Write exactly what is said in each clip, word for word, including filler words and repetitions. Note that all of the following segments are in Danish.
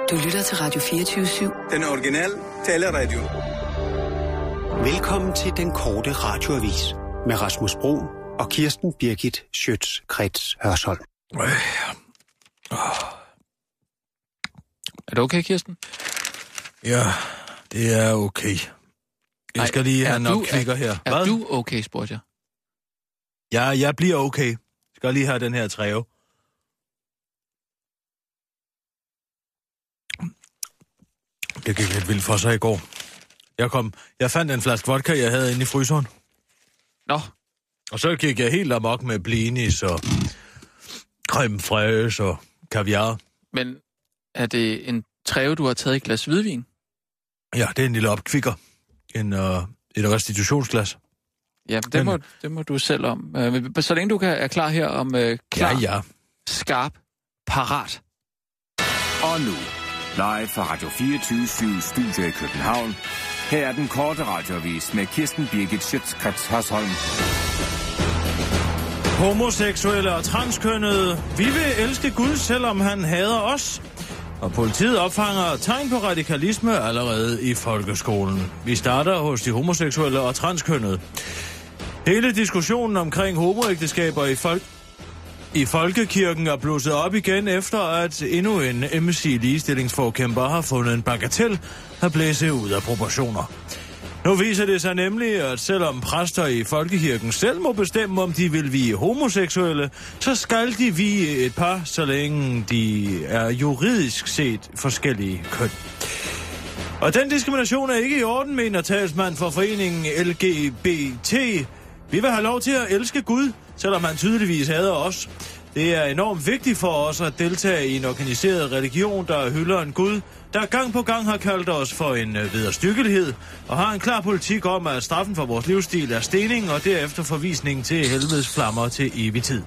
Du lytter til Radio fireogtyve syv. Den originale taleradio. Velkommen til den korte radioavis med Rasmus Broen og Kirsten Birgit Schøtz-Krets Hørsholm. Øh. Oh. Er det okay, Kirsten? Ja, det er okay. Jeg Ej, skal lige have en opklikker her. Er, er du okay, spurgte jeg? Ja, jeg bliver okay. Jeg skal lige have den her træve. Det gik lidt vildt for sig i går. Jeg kom, jeg fandt en flaske vodka, jeg havde inde i fryseren. Nå. Og så gik jeg helt amok med blinis og creme fraise og kaviar. Men er det en træve, du har taget i et glas hvidvin? Ja, det er en lille opkvikker. En, uh, et restitutionsglas. Ja, det, må, det må du selv om. Uh, så længe du kan, er klar her om uh, klar, ja, ja. skarp, parat. Og nu, live fra Radio fireogtyve syv Studio i København. Her er den korte radioavis med Kirsten Birgit Schøtz-Krets Hørsholm. Homoseksuelle og transkønnede. Vi vil elske Gud, selvom han hader os. Og politiet opfanger tegn på radikalisme allerede i folkeskolen. Vi starter hos de homoseksuelle og transkønnede. Hele diskussionen omkring homoægteskaber i, folk... i folkekirken er blusset op igen, efter at endnu en M C-ligestillingsforkæmper har fundet en bagatel at blæse ud af proportioner. Nu viser det sig nemlig, at selvom præster i folkekirken selv må bestemme, om de vil vie homoseksuelle, så skal de vie et par, så længe de er juridisk set forskellige køn. Og den diskrimination er ikke i orden, mener talsmand for foreningen L G B T. Vi vil have lov til at elske Gud, selvom han tydeligvis hader os. Det er enormt vigtigt for os at deltage i en organiseret religion, der hylder en Gud, der gang på gang har kaldt os for en vederstyggelighed, og har en klar politik om, at straffen for vores livsstil er stening, og derefter forvisning til helvedes flammer til evig tid.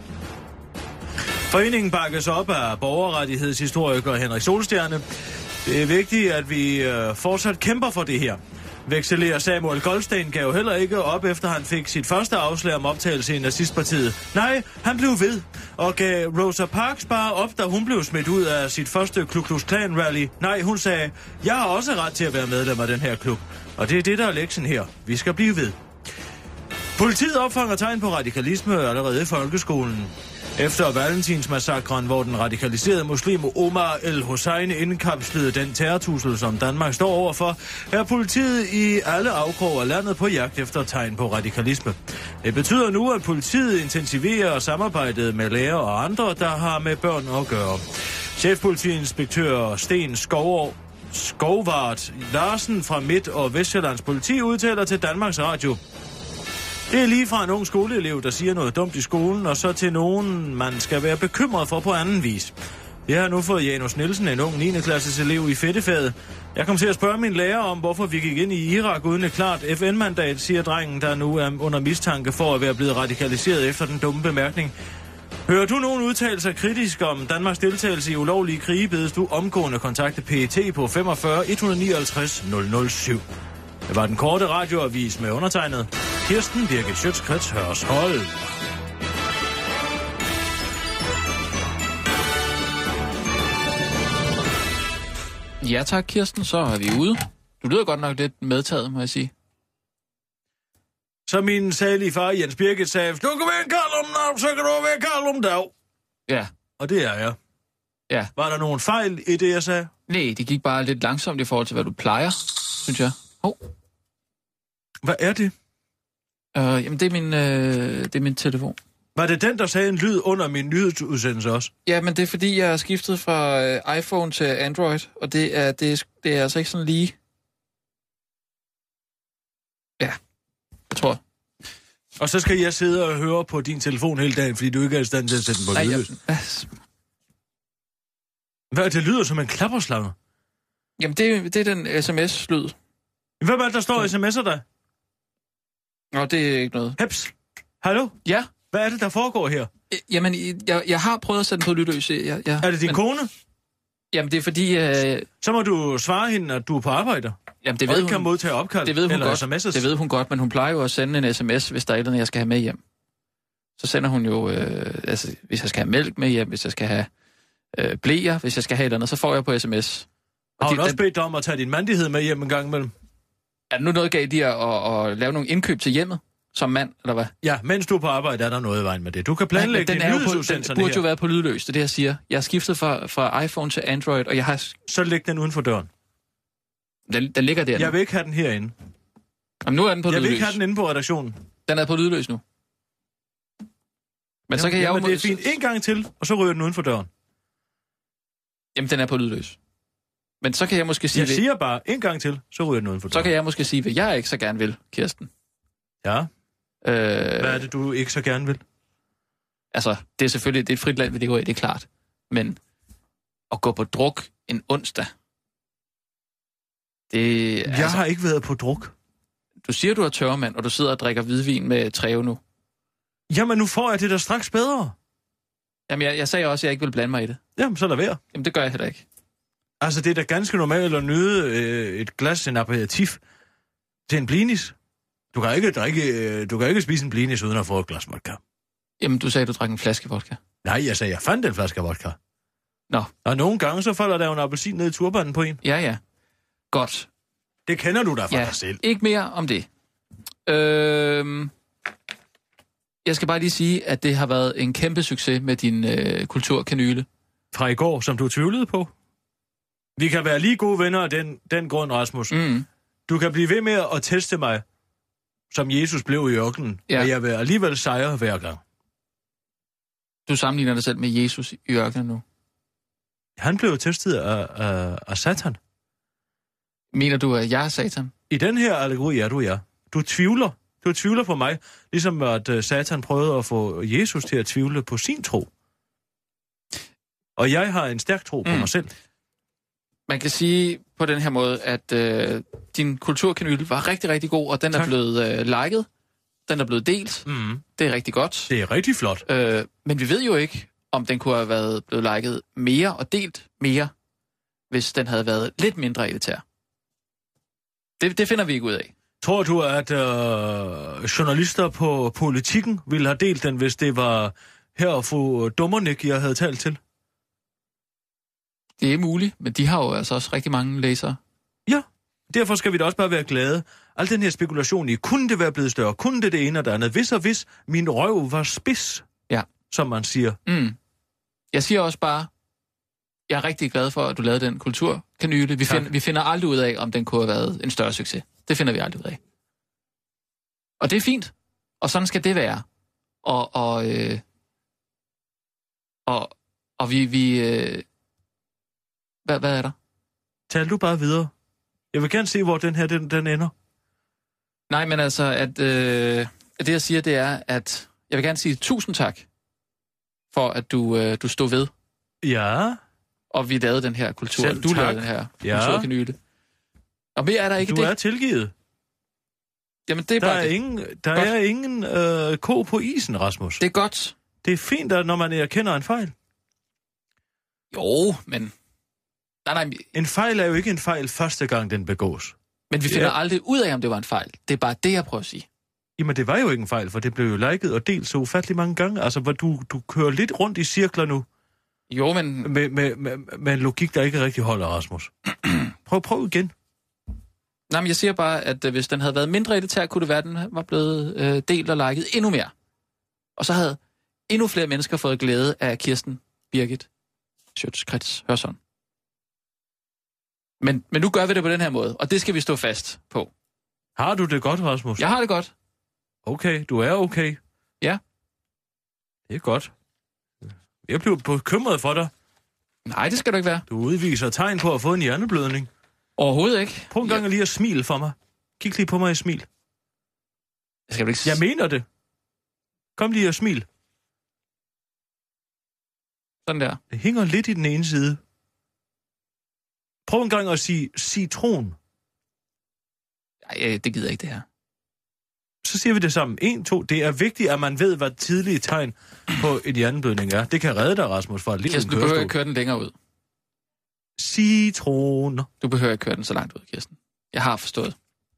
Foreningen bakkes op af borgerrettighedshistoriker Henrik Solstjerne. Det er vigtigt, at vi øh, fortsat kæmper for det her. Vekselerer Samuel Goldstein gav heller ikke op, efter han fik sit første afslag om optagelse i nazistpartiet. Nej, han blev ved, og gav Rosa Parks bare op, da hun blev smidt ud af sit første Ku Klux Klan rally. Nej, hun sagde, jeg har også ret til at være medlem af den her klub. Og det er det, der er lektien her. Vi skal blive ved. Politiet opfanger tegn på radikalisme allerede i folkeskolen. Efter Valentinsmassakren, hvor den radikaliserede muslim Omar El-Hussein indkapslede den terrortussel, som Danmark står overfor, er politiet i alle afkroge af landet på jagt efter tegn på radikalisme. Det betyder nu, at politiet intensiverer samarbejdet med lærere og andre, der har med børn at gøre. Chefpolitiinspektør Sten Skov Skovvart Larsen fra Midt- og Vestjyllands politi udtaler til Danmarks Radio: det er lige fra en ung skoleelev, der siger noget dumt i skolen, og så til nogen, man skal være bekymret for på anden vis. Det har nu fået Janus Nielsen, en ung niende klasses elev i fedtefaget. Jeg kom til at spørge min lærer om, hvorfor vi gik ind i Irak uden et klart F N-mandat, siger drengen, der nu er under mistanke for at være blevet radikaliseret efter den dumme bemærkning. Hører du nogen udtalelser kritisk om Danmarks deltagelse i ulovlige krige, bedes du omgående kontakte P E T på femogfyrre et hundrede nioghalvtreds nul nul syv. Det var den korte radioavis med undertegnet Kirsten Birgit Schøtz-Krets Hørsholm. Ja tak, Kirsten, så er vi ude. Du lyder godt nok lidt medtaget, må jeg sige. Så min salige far Jens Birgit sagde, du kan være kald om navn, så kan du være kald om dag. Ja. Og det er jeg. Ja. Var der nogen fejl i det, jeg sagde? Nej, det gik bare lidt langsomt i forhold til, hvad du plejer, synes jeg. Hov. Hvad er det? Uh, jamen, det er, min, uh, det er min telefon. Var det den, der sagde en lyd under min nyhedsudsendelse også? Ja, men det er fordi, jeg har skiftet fra uh, iPhone til Android, og det er, det, er, det er altså ikke sådan lige... Ja, jeg tror. Og så skal jeg sidde og høre på din telefon hele dagen, fordi du ikke er i stand til at sætte den på lydløs. Ja. Hvad, det lyder som en klapperslange. Jamen, det, det er den sms-lyd. Hvad er det, der står i sms'er der? Nå, det er ikke noget. Heps. Hallo? Ja? Hvad er det, der foregår her? Jamen, jeg, jeg har prøvet at sætte den på lydløs. Jeg, jeg, er det din men, kone? Jamen, det er fordi... Øh... Så må du svare hende, at du er på arbejde. Jamen, det ved og ikke hun, kan modtage opkald. Det ved hun godt. sms'er. Det ved hun godt, men hun plejer jo at sende en sms, hvis der er et eller andet, jeg skal have med hjem. Så sender hun jo... Øh, altså, hvis jeg skal have mælk med hjem, hvis jeg skal have øh, bleer, hvis jeg skal have et eller andet, så får jeg på sms. Har hun de, også bedt dig om at tage din mandighed med hjem en gang imellem? Er der nu noget galt i at, at, at lave nogle indkøb til hjemmet som mand, eller hvad? Ja, mens du er på arbejde, er der noget i vejen med det. Du kan planlægge den dine Den nyhedsudsendelser burde jo være på lydløs, det er det, jeg siger. Jeg har skiftet fra, fra iPhone til Android, og jeg har... Så læg den uden for døren. Den, den ligger der nu. Jeg vil ikke have den herinde. Jamen, nu er den på jeg lydløs. vil ikke have den inde på redaktionen. Den er på lydløs nu. Men jamen, så kan jamen, jeg jo... det er fint. En gang til, og så ryger den uden for døren. Jamen, den er på lydløs. Men så kan jeg måske sige... Jeg siger bare, en gang til, så ryger den uden for døren. Så kan jeg måske sige, hvad jeg ikke så gerne vil, Kirsten. Ja. Øh, hvad er det, du ikke så gerne vil? Altså, det er selvfølgelig det er et frit land, vi lever i, det er klart. Men at gå på druk en onsdag... Det, jeg altså, har ikke været på druk. Du siger, du er tørremand, og du sidder og drikker hvidvin med Treo nu. Jamen, nu får jeg det der straks bedre. Jamen, jeg, jeg sagde også, at jeg ikke vil blande mig i det. Jamen, så lad være. Jamen, det gør jeg heller ikke. Altså, det er da ganske normalt at nyde øh, et glas, en aperitif til en blinis. Du kan ikke drikke, øh, du kan ikke spise en blinis uden at få et glas vodka. Jamen, du sagde, du drak en flaske vodka. Nej, jeg sagde, jeg fandt en flaske vodka. Nå. Og nogle gange, så falder der jo en appelsin ned i turbanen på en. Ja, ja. Godt. Det kender du da fra ja, dig selv. Ikke mere om det. Øhm, jeg skal bare lige sige, at det har været en kæmpe succes med din øh, kulturkanyle. Fra i går, som du tvivlede på. Vi kan være lige gode venner af den, den grund, Rasmus. Mm. Du kan blive ved med at teste mig, som Jesus blev i ørkenen. Ja. Og jeg vil alligevel sejre hver gang. Du sammenligner dig selv med Jesus i ørkenen nu. Han blev testet af, af, af Satan. Mener du, at jeg er Satan? I den her allegori er du, ja. Du tvivler. Du tvivler på mig, ligesom at uh, Satan prøvede at få Jesus til at tvivle på sin tro. Og jeg har en stærk tro på mm. mig selv. Man kan sige på den her måde, at øh, din kulturkanyle var rigtig, rigtig god, og den tak. er blevet øh, liket. Den er blevet delt. Mm. Det er rigtig godt. Det er rigtig flot. Øh, men vi ved jo ikke, om den kunne have været blevet liket mere og delt mere, hvis den havde været lidt mindre elitær. Det, det finder vi ikke ud af. Tror du, at øh, journalister på Politikken ville have delt den, hvis det var her fru Dummernik, jeg havde talt til? Det er muligt, men de har jo altså også rigtig mange læsere. Ja, derfor skal vi da også bare være glade. Al den her spekulation i, kunne det være blevet større? Kunne det det ene og det andet? Hvis og hvis min røv var spids, ja. Som man siger. Mm. Jeg siger også bare, jeg er rigtig glad for, at du lavede den kulturkanyle. Vi, find, vi finder aldrig ud af, om den kunne have været en større succes. Det finder vi aldrig ud af. Og det er fint. Og sådan skal det være. Og, og, øh, og, og vi... vi øh, hvad, hvad er der? Tal du bare videre. Jeg vil gerne se, hvor den her den, den ender. Nej, men altså, at, øh, at det jeg siger, det er, at jeg vil gerne sige tusind tak for, at du, øh, du stod ved. Ja. Og vi lavede den her kultur. Selv du tak. lavede den her ja. kulturkanyle. Og mere er der ikke du det. Du er tilgivet. Jamen, det er der bare er det. Ingen, der godt. er ingen øh, ko på isen, Rasmus. Det er godt. Det er fint, at når man erkender en fejl. Jo, men... Nej, nej. En fejl er jo ikke en fejl første gang, den begås. Men vi finder ja. aldrig ud af, om det var en fejl. Det er bare det, jeg prøver at sige. Jamen, det var jo ikke en fejl, for det blev jo liket og delt så ufattelig mange gange. Altså, hvor du, du kører lidt rundt i cirkler nu. Jo, men... Med, med, med, med en logik, der ikke rigtig holder, Rasmus. Prøv, prøv igen. Nej, men jeg siger bare, at hvis den havde været mindre elitær, kunne det være, at den var blevet øh, delt og liket endnu mere. Og så havde endnu flere mennesker fået glæde af Kirsten Birgit Schiøtz-Kretz Hørsholm. Men, men nu gør vi det på den her måde, og det skal vi stå fast på. Har du det godt, Rasmus? Jeg har det godt. Okay, du er okay. Ja. Det er godt. Jeg bliver bekymret for dig. Nej, det skal du ikke være. Du udviser tegn på at få en hjerneblødning. Overhovedet ikke. Prøv en gang ja. lige at smile for mig. Kig lige på mig og smil. Jeg skal du ikke... Jeg mener det. Kom lige og smil. Sådan der. Det hænger lidt i den ene side. Prøv en gang at sige citron. Nej, det gider ikke det her. Så siger vi det sammen. En, to. Det er vigtigt, at man ved, hvad tidlige tegn på en hjerneblødning er. Det kan redde dig, Rasmus, for et liv. Kirsten, du behøver ikke køre den længere ud. Citron. Du behøver ikke køre den så langt ud, Kirsten. Jeg har forstået.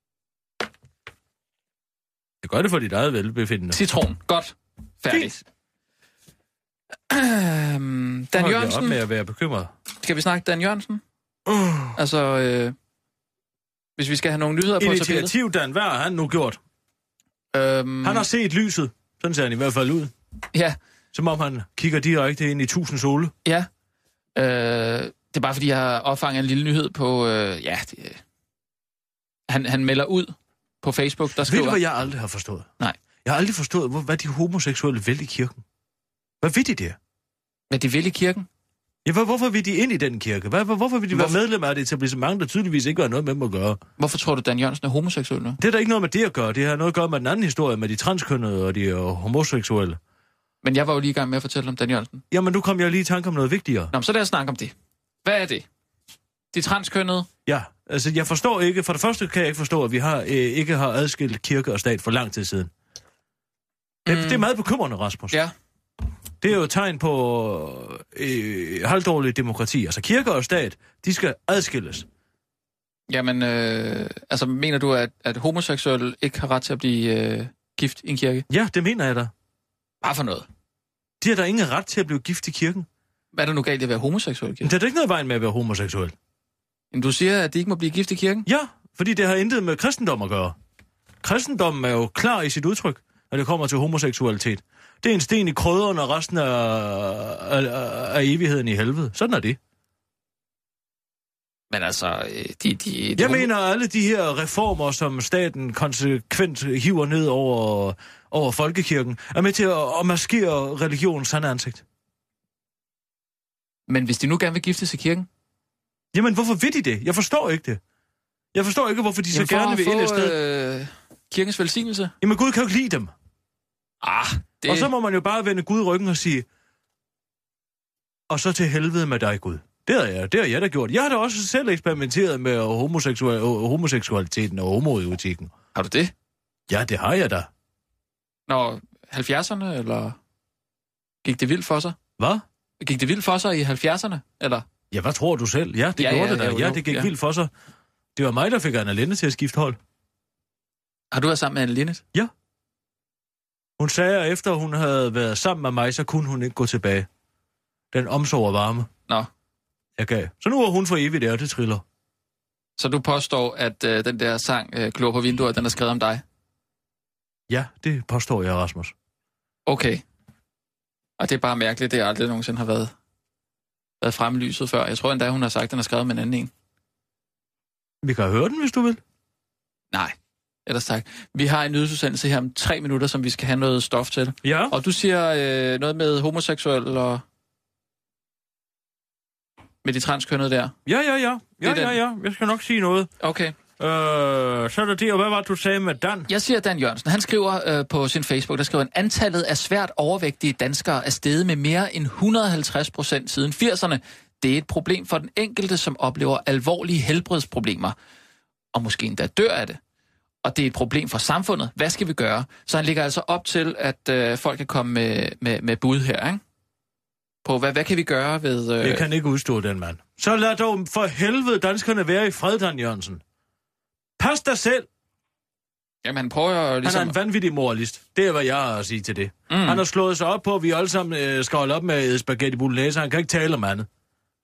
Jeg gør det for dit eget velbefindende. Citron. Godt. Færdigt. Øhm, Dan Jørgensen. Op med at være bekymret. Skal vi snakke Dan Jørgensen? Uh. Altså, øh, hvis vi skal have nogle nyheder på tapetet... Initiativ, Dan, hvad har han nu gjort? Øhm... Han har set lyset. Sådan ser han i hvert fald ud. Ja. Som om han kigger direkte ind i tusind sole. Ja. Øh, det er bare, fordi jeg har opfanget en lille nyhed på... Øh, ja, det, øh, han, han melder ud på Facebook, der skriver... Ved du, hvad jeg aldrig har forstået? Nej. Jeg har aldrig forstået, hvor, hvad de homoseksuelle vil i kirken. Hvad vil de der? Hvad de vil i kirken? Ja, hvor, hvorfor vil de ind i den kirke? Hvad, hvor, hvorfor vil de hvorfor? være medlem af det etablissement, der tydeligvis ikke har noget med dem at gøre? Hvorfor tror du, Dan Jørgensen er homoseksuel nu? Det er der ikke noget med det at gøre. Det har noget at gøre med den anden historie, med de transkønnede og de og homoseksuelle. Men jeg var jo lige i gang med at fortælle om Dan Jørgensen. Jamen, nu kom jeg lige i tanke om noget vigtigere. Nå, så lad os snakke om det. Hvad er det? De transkønnede? Ja, altså jeg forstår ikke... For det første kan jeg ikke forstå, at vi har, øh, ikke har adskilt kirke og stat for lang tid siden. Mm. Det, det er meget bekymrende, Rasmus. Ja. Det er jo et tegn på øh, halvdårlig demokrati. Altså kirke og stat, de skal adskilles. Jamen, øh, altså mener du, at, at homoseksuelle ikke har ret til at blive øh, gift i en kirke? Ja, det mener jeg da. Hvad for noget? De har da ingen ret til at blive gift i kirken. Hvad er der nu galt i at være homoseksuel i kirken? Det er da ikke noget vejen med at være homoseksuel. Men du siger, at de ikke må blive gift i kirken? Ja, fordi det har intet med kristendom at gøre. Kristendommen er jo klar i sit udtryk, når det kommer til homoseksualitet. Det er en sten i krydderen og resten af, af, af evigheden i helvede. Sådan er det. Men altså, de... de, de Jeg mener, at alle de her reformer, som staten konsekvent hiver ned over, over folkekirken, er med til at, at maskere religionens sande ansigt. Men hvis de nu gerne vil giftes i kirken? Jamen, hvorfor vil de det? Jeg forstår ikke det. Jeg forstår ikke, hvorfor de Jamen, så gerne vil ind et sted. Øh, kirkens velsignelse? Jamen, Gud kan jo ikke lide dem. Ah, det... Og så må man jo bare vende Gud ryggen og sige, og så til helvede med dig, Gud. Det har jeg, det har jeg da gjort. Jeg har da også selv eksperimenteret med homoseksual, homoseksualiteten og homoerotikken. Har du det? Ja, det har jeg da. Nå, halvfjerdserne, eller gik det vildt for sig? Hvad? Gik det vildt for sig i halvfjerdserne, eller? Ja, hvad tror du selv? Ja, det ja, gjorde ja, det da. Ja, det gik ja. vildt for sig. Det var mig, der fik Anna Linde til at skifte hold. Har du været sammen med Anna Linde? Ja. Hun sagde, at efter hun havde været sammen med mig, så kunne hun ikke gå tilbage. Den omsorg og varme. Nå. Jeg gav. Så nu er hun for evigt der, det triller. Så du påstår, at øh, den der sang, øh, Klor på vinduet, den er skrevet om dig? Ja, det påstår jeg, Rasmus. Okay. Og det er bare mærkeligt, det aldrig nogensinde har været, været fremme i lyset før. Jeg tror endda, hun har sagt, at den er skrevet med en anden en. Vi kan høre den, hvis du vil. Nej, ellers tak. Vi har en nyhedsudsendelse her om tre minutter, som vi skal have noget stof til. Ja. Og du siger øh, noget med homoseksuel og... med de transkønnede der? Ja, ja, ja. Ja, ja, ja. Jeg skal nok sige noget. Okay. Øh, så er der det, og hvad var det, du sagde med Dan? Jeg siger Dan Jørgensen. Han skriver øh, på sin Facebook, der skriver, at antallet af svært overvægtige danskere er steget med mere end et hundrede og halvtreds procent siden firserne. Det er et problem for den enkelte, som oplever alvorlige helbredsproblemer, og måske endda dør af det. Og det er et problem for samfundet. Hvad skal vi gøre? Så han ligger altså op til, at øh, folk kan komme med, med, med bud her, ikke? På, hvad, hvad kan vi gøre ved... Øh... Jeg kan ikke udstå den mand. Så lad dog for helvede danskerne være i fred, Dan Jørgensen. Pas dig selv. Jamen, han prøver ligesom... Han er en vanvittig moralist. Det er, hvad jeg har at sige til det. Mm. Han har slået sig op på, at vi alle sammen øh, skal holde op med spaghetti bolognese. Han kan ikke tale om andet.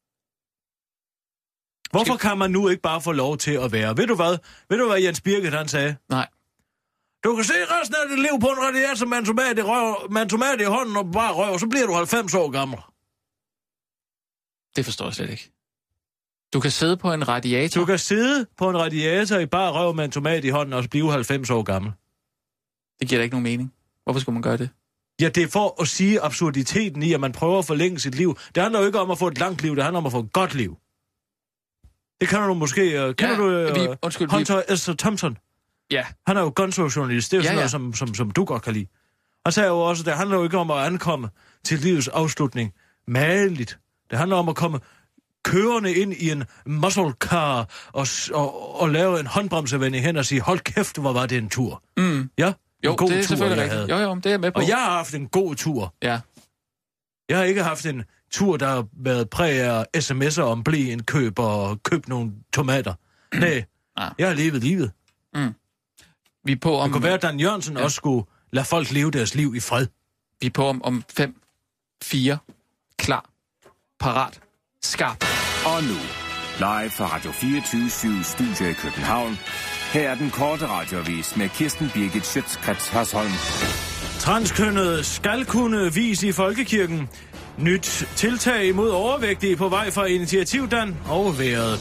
Hvorfor kan man nu ikke bare få lov til at være? Ved du hvad? Ved du, hvad Jens Birgit han sagde? Nej. Du kan se resten af dit liv på en radiator med en tomat i, røv, med en tomat i hånden og bare røv, så bliver du halvfems år gammel. Det forstår jeg slet ikke. Du kan sidde på en radiator? Du kan sidde på en radiator i bare røv med en tomat i hånden og så blive halvfems år gammel. Det giver da ikke nogen mening. Hvorfor skulle man gøre det? Ja, det er for at sige absurditeten i, at man prøver at forlænge sit liv. Det handler jo ikke om at få et langt liv, det handler om at få et godt liv. Det kan du måske... Uh, kender ja, du uh, vi, undskyld, Hunter S. Thompson? Ja. Han er jo gunshowjournalist. Det er jo ja, sådan noget, ja. som, som, som du godt kan lide. Han sagde jo også, at det handler jo ikke om at ankomme til livets afslutning mageligt. Det handler om at komme kørende ind i en muscle car og, og, og lave en håndbremsevend i hen og sige, hold kæft, hvor var det en tur. Mm. Ja, jo, en god det er tur, selvfølgelig jeg havde. Jo, jo, det er jeg med på. Og jeg har haft en god tur. Ja. Jeg har ikke haft en tur, der har været præg af sms'er om blæ en køb og køb nogle tomater. Nej, ah. jeg har levet livet. Mm. Vi er på om... Det kunne være, at Dan Jørgensen ja. også skulle lade folk leve deres liv i fred. Vi er på om, om fem, fire, klar, parat, skarp. Og nu, Live fra Radio fireogtyve syv Studio i København. Her er den korte radioavis med Kirsten Birgit Schøtz-Krets Hørsholm. Transkønnede skal kunne vies i folkekirken. Nyt tiltag imod overvægtige på vej fra Initiativdan og vejret.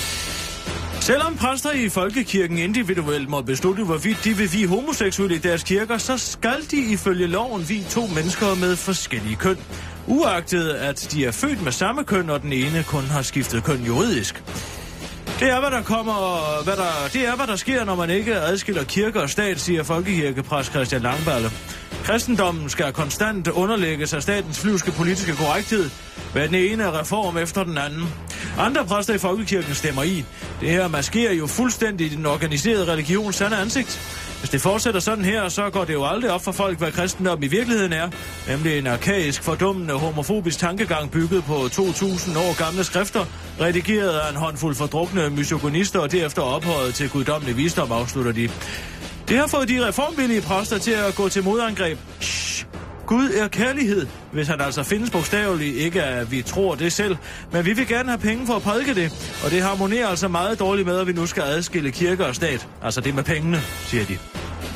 Selvom præster i folkekirken individuelt må beslutte, hvorvidt de vil vie homoseksuelle i deres kirker, så skal de ifølge loven vie to mennesker med forskellige køn. Uagtet at de er født med samme køn, og den ene kun har skiftet køn juridisk. Det er, hvad der kommer, hvad der, det er, hvad der sker, når man ikke adskiller kirke og stat, siger folkekirkepræst Christian Langballe. Kristendommen skal konstant underlægges af statens flyvske politiske korrekthed, hvad den ene reform efter den anden. Andre præster i folkekirken stemmer i. Det her maskerer jo fuldstændig den organiserede religions sande ansigt. Hvis det fortsætter sådan her, så går det jo aldrig op for folk, hvad kristendom i virkeligheden er. Nemlig en arkaisk, fordummende, homofobisk tankegang bygget på to tusind år gamle skrifter, redigeret af en håndfuld fordrukne misogynister og derefter ophøjet til guddommelig visdom, afslutter de. Det har fået de reformvillige præster til at gå til modangreb. Shh. Gud er kærlighed, hvis han altså findes bogstaveligt, ikke at vi tror det selv. Men vi vil gerne have penge for at prædike det, og det harmonerer altså meget dårligt med, at vi nu skal adskille kirke og stat. Altså det med pengene, siger de.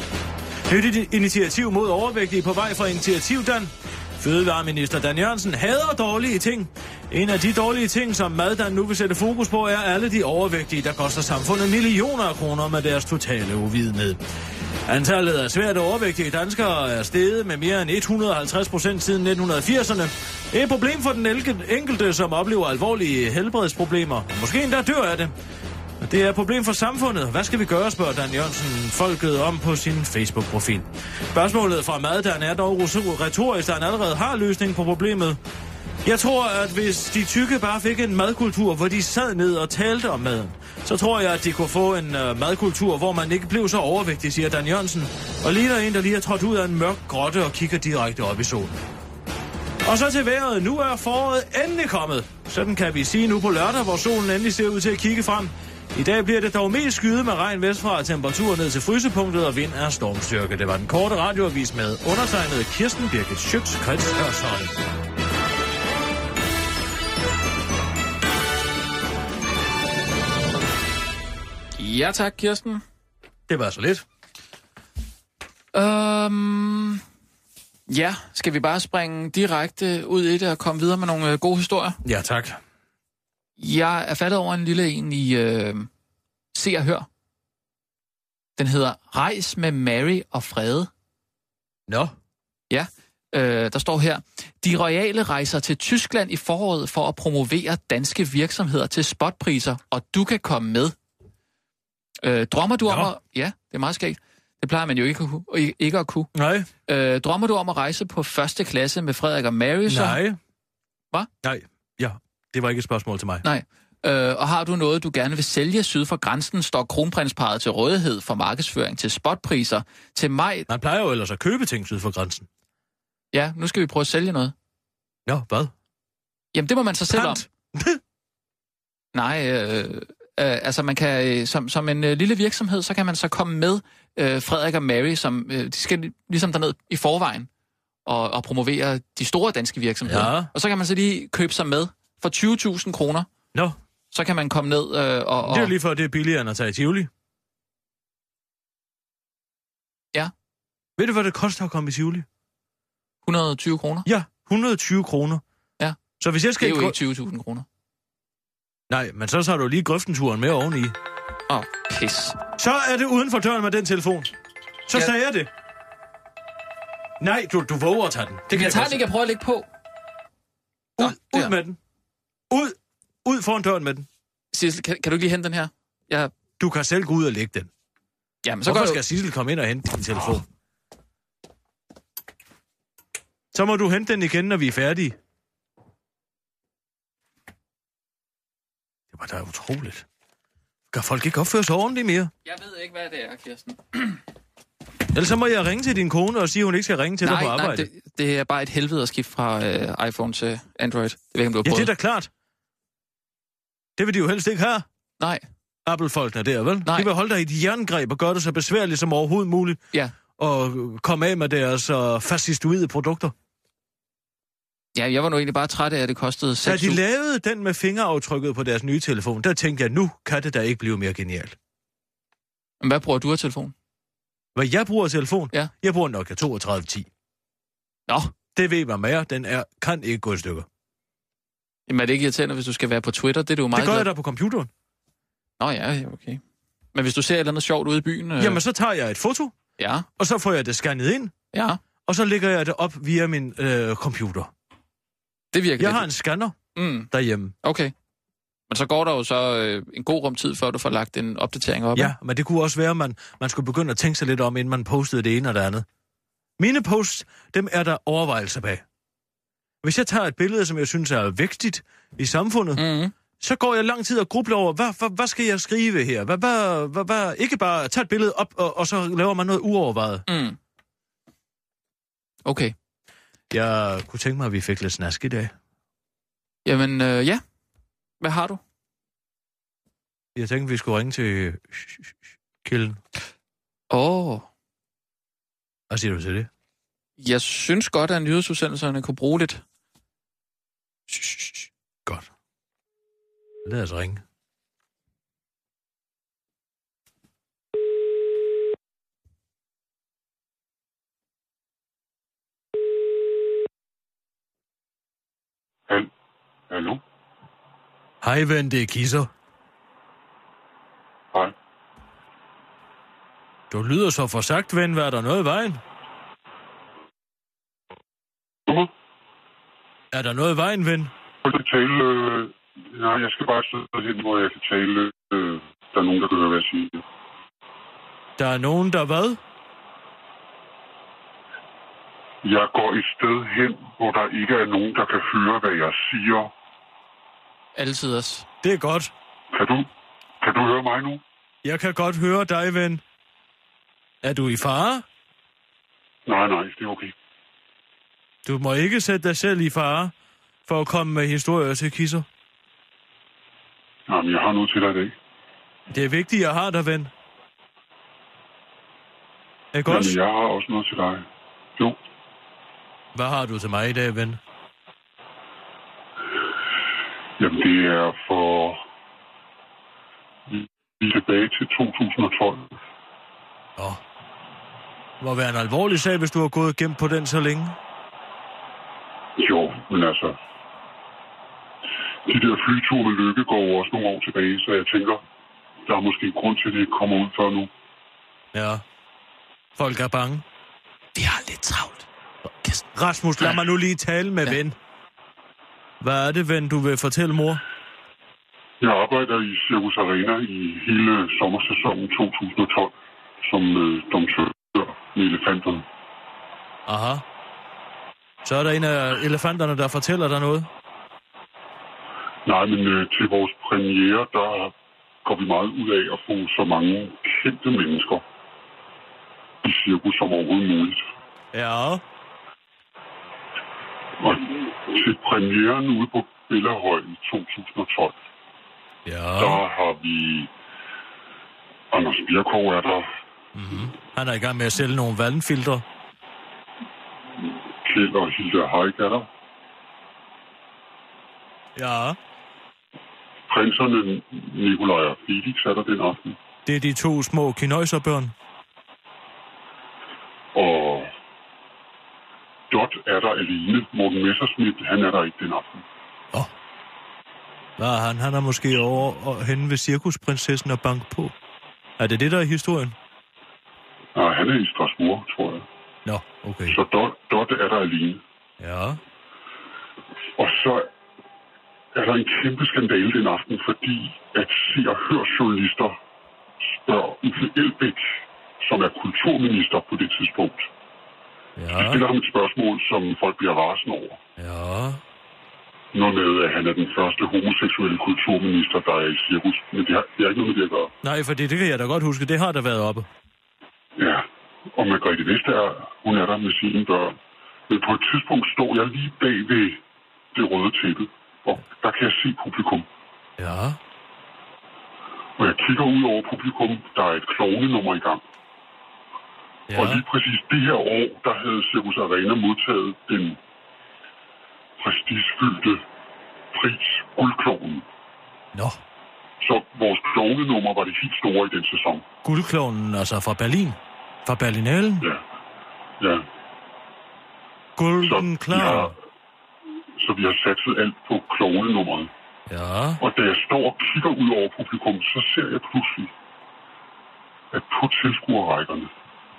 Nyt initiativ mod overvægtige på vej fra Initiativdan. Fødevareminister Dan Jørgensen hader dårlige ting. En af de dårlige ting, som Maddan nu vil sætte fokus på, er alle de overvægtige, der koster samfundet millioner af kroner med deres totale uvidenhed. Antallet af svært overvægtige danskere er steget med mere end et hundrede og halvtreds procent siden nitten firserne. Det er et problem for den enkelte, som oplever alvorlige helbredsproblemer. Måske endda dør af det. Det er et problem for samfundet. Hvad skal vi gøre, spørger Dan Jørgensen folket om på sin Facebook-profil. Spørgsmålet fra Maddan er dog retorisk, da han allerede har løsning på problemet. Jeg tror, at hvis de tykke bare fik en madkultur, hvor de sad ned og talte om maden, så tror jeg, at de kunne få en uh, madkultur, hvor man ikke blev så overvægtig, siger Dan Jørgensen, og ligner en, der lige har trådt ud af en mørk grotte og kigger direkte op i solen. Og så til vejret. Nu er foråret endelig kommet. Sådan kan vi sige nu på lørdag, hvor solen endelig ser ud til at kigge frem. I dag bliver det dog mest skyet med regn vestfra, temperatur ned til frysepunktet og vind er stormstyrke. Det var den korte radioavis med undertegnet Kirsten Birgit Schøtz-Krets Hørsholm. Ja tak, Kirsten. Det var så lidt. Øhm, ja, skal vi bare springe direkte ud i det og komme videre med nogle øh, gode historier? Ja, tak. Jeg er faldet over en lille en i øh, Se og Hør. Den hedder Rejs med Mary og Frede. Nå. Ja, øh, der står her. De royale rejser til Tyskland i foråret for at promovere danske virksomheder til spotpriser, og du kan komme med. Øh, drømmer du om at... Ja, det er meget skægt. Det plejer man jo ikke at kunne. Ikke at kunne. Nej. Øh, drømmer du om at rejse på første klasse med Frederik og Mary? Så? Nej. Hvad? Nej, ja. Det var ikke et spørgsmål til mig. Nej. Øh, og har du noget, du gerne vil sælge syd for grænsen, står kronprinsparet til rådighed for markedsføring til spotpriser. Til maj... Man plejer jo ellers at købe ting syd for grænsen. Ja, nu skal vi prøve at sælge noget. Nå, hvad? Jamen, det må man så selv Pant. om. Nej, øh, øh, altså man kan, øh, som, som en øh, lille virksomhed, så kan man så komme med øh, Frederik og Mary, som øh, de skal ligesom derned i forvejen og, og promovere de store danske virksomheder. Ja. Og så kan man så lige købe sig med for tyve tusind kroner. Nå. Så kan man komme ned øh, og, og... Det er lige for, at det er billigere end at tage i Tivoli. Ja. Ved du, hvad det koster at komme i Tivoli? et hundrede og tyve kroner? Ja, et hundrede og tyve kroner. Ja. Så hvis jeg skal... Det er jo ikke tyve tusind kroner. Nej, men så tager du lige grøftenturen med oveni. Åh, oh, pis. Så er det uden for døren med den telefon. Så ja. Sagde jeg det. Nej, du, du våger at tage den. Det kan jeg, jeg tager den ikke, jeg prøver at lægge på. Ud, Nå, ud med den. Ud, ud foran døren med den. Sissel, kan, kan du ikke lige hente den her? Jeg... Du kan selv gå ud og lægge den. Jamen, så Hvorfor du... skal Sissel komme ind og hente din telefon? Oh. Så må du hente den igen, når vi er færdige. Det var da utroligt. Kan folk ikke opføre sig ordentligt mere? Jeg ved ikke, hvad det er, Kirsten. Ellers så må jeg ringe til din kone og sige, at hun ikke skal ringe til nej, dig på arbejde. Nej, det, det er bare et helvede at skifte fra øh, iPhone til Android. Det ved ikke, om du har ja, prøvet. det er da klart. Det vil de jo helst ikke have. Nej. Apple-folkene der, vel? Nej. De vil holde dig i et jerngreb og gøre det så besværligt som overhovedet muligt. Ja. Og komme af med deres uh, fascistoide produkter. Ja, jeg var nu egentlig bare træt af, at det kostede seks Da de lavede den med fingeraftrykket på deres nye telefon, der tænkte jeg, nu kan det da ikke blive mere genialt. Men hvad bruger du af telefon? Hvad jeg bruger af telefon? Ja. Jeg bruger Nokia toogtredive ti. Nå. Det ved man mere, den er, kan ikke gå i stykker. Jamen er det ikke irriterende, hvis du skal være på Twitter? Det er du jo meget Det gør glad. jeg da på computeren. Nå ja, ja, okay. Men hvis du ser et eller andet sjovt ude i byen... Øh... Jamen så tager jeg et foto, Ja. og så får jeg det scannet ind, Ja. og så lægger jeg det op via min øh, computer. Det virker Jeg lidt. har en scanner Mm, derhjemme. okay. Men så går der jo så øh, en god rum tid, før du får lagt en opdatering op. Ja, men det kunne også være, at man, man skulle begynde at tænke sig lidt om, inden man postede det ene og det andet. Mine posts, dem er der overvejelser bag. Hvis jeg tager et billede, som jeg synes er vigtigt i samfundet, Mm-hmm. så går jeg lang tid og grubler over, hvad, hvad, hvad skal jeg skrive her? Hvad, hvad, hvad, hvad? Ikke bare tage et billede op, og, og så laver man noget uovervejet. Mm. Okay. Jeg kunne tænke mig, at vi fik lidt snask i dag. Jamen, øh, ja. Hvad har du? Jeg tænkte, vi skulle ringe til kilden. Åh. Oh. Hvad siger du til det? Jeg synes godt, at nyhedsudsendelserne kunne bruge lidt. Godt. Lad os ringe. Hallo? Hej ven, det er Kisser. Hej. Du lyder så forsagt, ven. Hvad er der noget i vejen? Uh, Er der noget i vejen, ven? jeg kan tale... Øh, nej, jeg skal bare sidde hen, hvor jeg kan tale. Øh, der er nogen, der kan høre, hvad jeg siger. Der er nogen, der hvad? Jeg går et sted hen, hvor der ikke er nogen, der kan høre, hvad jeg siger. Altid også. Det er godt. Kan du, kan du høre mig nu? Jeg kan godt høre dig, ven. Er du i fare? Nej, nej, det er okay. Du må ikke sætte dig selv i fare for at komme med historier til Kisser. Jamen, jeg har noget til dig i dag. Det er vigtigt, at jeg har dig, ven. Ikke også? Jamen, jeg har også noget til dig. Jo. Hvad har du til mig i dag, ven? Jamen, det er for... Vi er tilbage til to tusind og tolv. Åh. Det må være en alvorlig sag, hvis du har gået gemt på den så længe. Jo, men altså... De der flyture med Lykke går jo også nogle år tilbage, så jeg tænker, der er måske en grund til, at det ikke kommer ud før nu. Ja. Folk er bange. Vi har lidt travlt. Rasmus, lad mig nu lige tale med Ja. ven. Hvad er det, ven, du vil fortælle mor? Jeg arbejder i Circus Arena i hele sommersæsonen to tusind og tolv som øh, domtør med elefanterne. Aha. Så er der en af elefanterne, der fortæller dig noget? Nej, men øh, til vores premiere, der går vi meget ud af at få så mange kendte mennesker i cirkus som overhovedet muligt. Ja. Og til premieren ude på Bellahøj i to tusind og tolv, Ja. der har vi... Anders Birkov er der. Mm-hmm. Han er i gang med at sælge nogle vandfiltre. Kjeld og Hilda Haik er der. Ja. Prinserne Nikolaj og Felix er der den aften. Det er de to små kinøjserbørn. Og Dot er der alene. Morten Messerschmidt, han er der ikke den aften. Åh. Oh. Hvad er han? Han er måske over og henne ved cirkusprinsessen og bank på. Er det det, der er historien? Nej, han er i Strasbourg, tror jeg. Nå, okay. Så Dot, Dot er der alene. Ja. Og så er der en kæmpe skandale den aften, fordi at Se og Hør journalister spørger Uffe Elbæk, som er kulturminister på det tidspunkt. Ja. De stiller ham et spørgsmål, som folk bliver rasende over. Ja. Noget med, at han er den første homoseksuelle kulturminister, der er i cirkus. Men det har, det har ikke noget med det at gøre. Nej, for det, det kan jeg da godt huske. Det har der været oppe. Ja, og Margrethe Vestager, hun er der med sine børn. Men på et tidspunkt står jeg lige bag ved det røde tæppe, og der kan jeg se publikum. Ja. Og jeg kigger ud over publikum, der er et klovnenummer i gang. Ja. Og lige præcis det her år, der havde Circus Arena modtaget den prestigefyldte pris, Guldklovnen. Nå. Så vores klovnenummer var det helt store i den sæson. Guldklovnen, altså fra Berlin? Fra Berlinalen? Ja. Ja. Golden Så vi Clown. har, så vi har satset alt på klovnenummeret. Ja. Og da jeg står og kigger ud over publikum, så ser jeg pludselig, at på tilskuerrækkerne,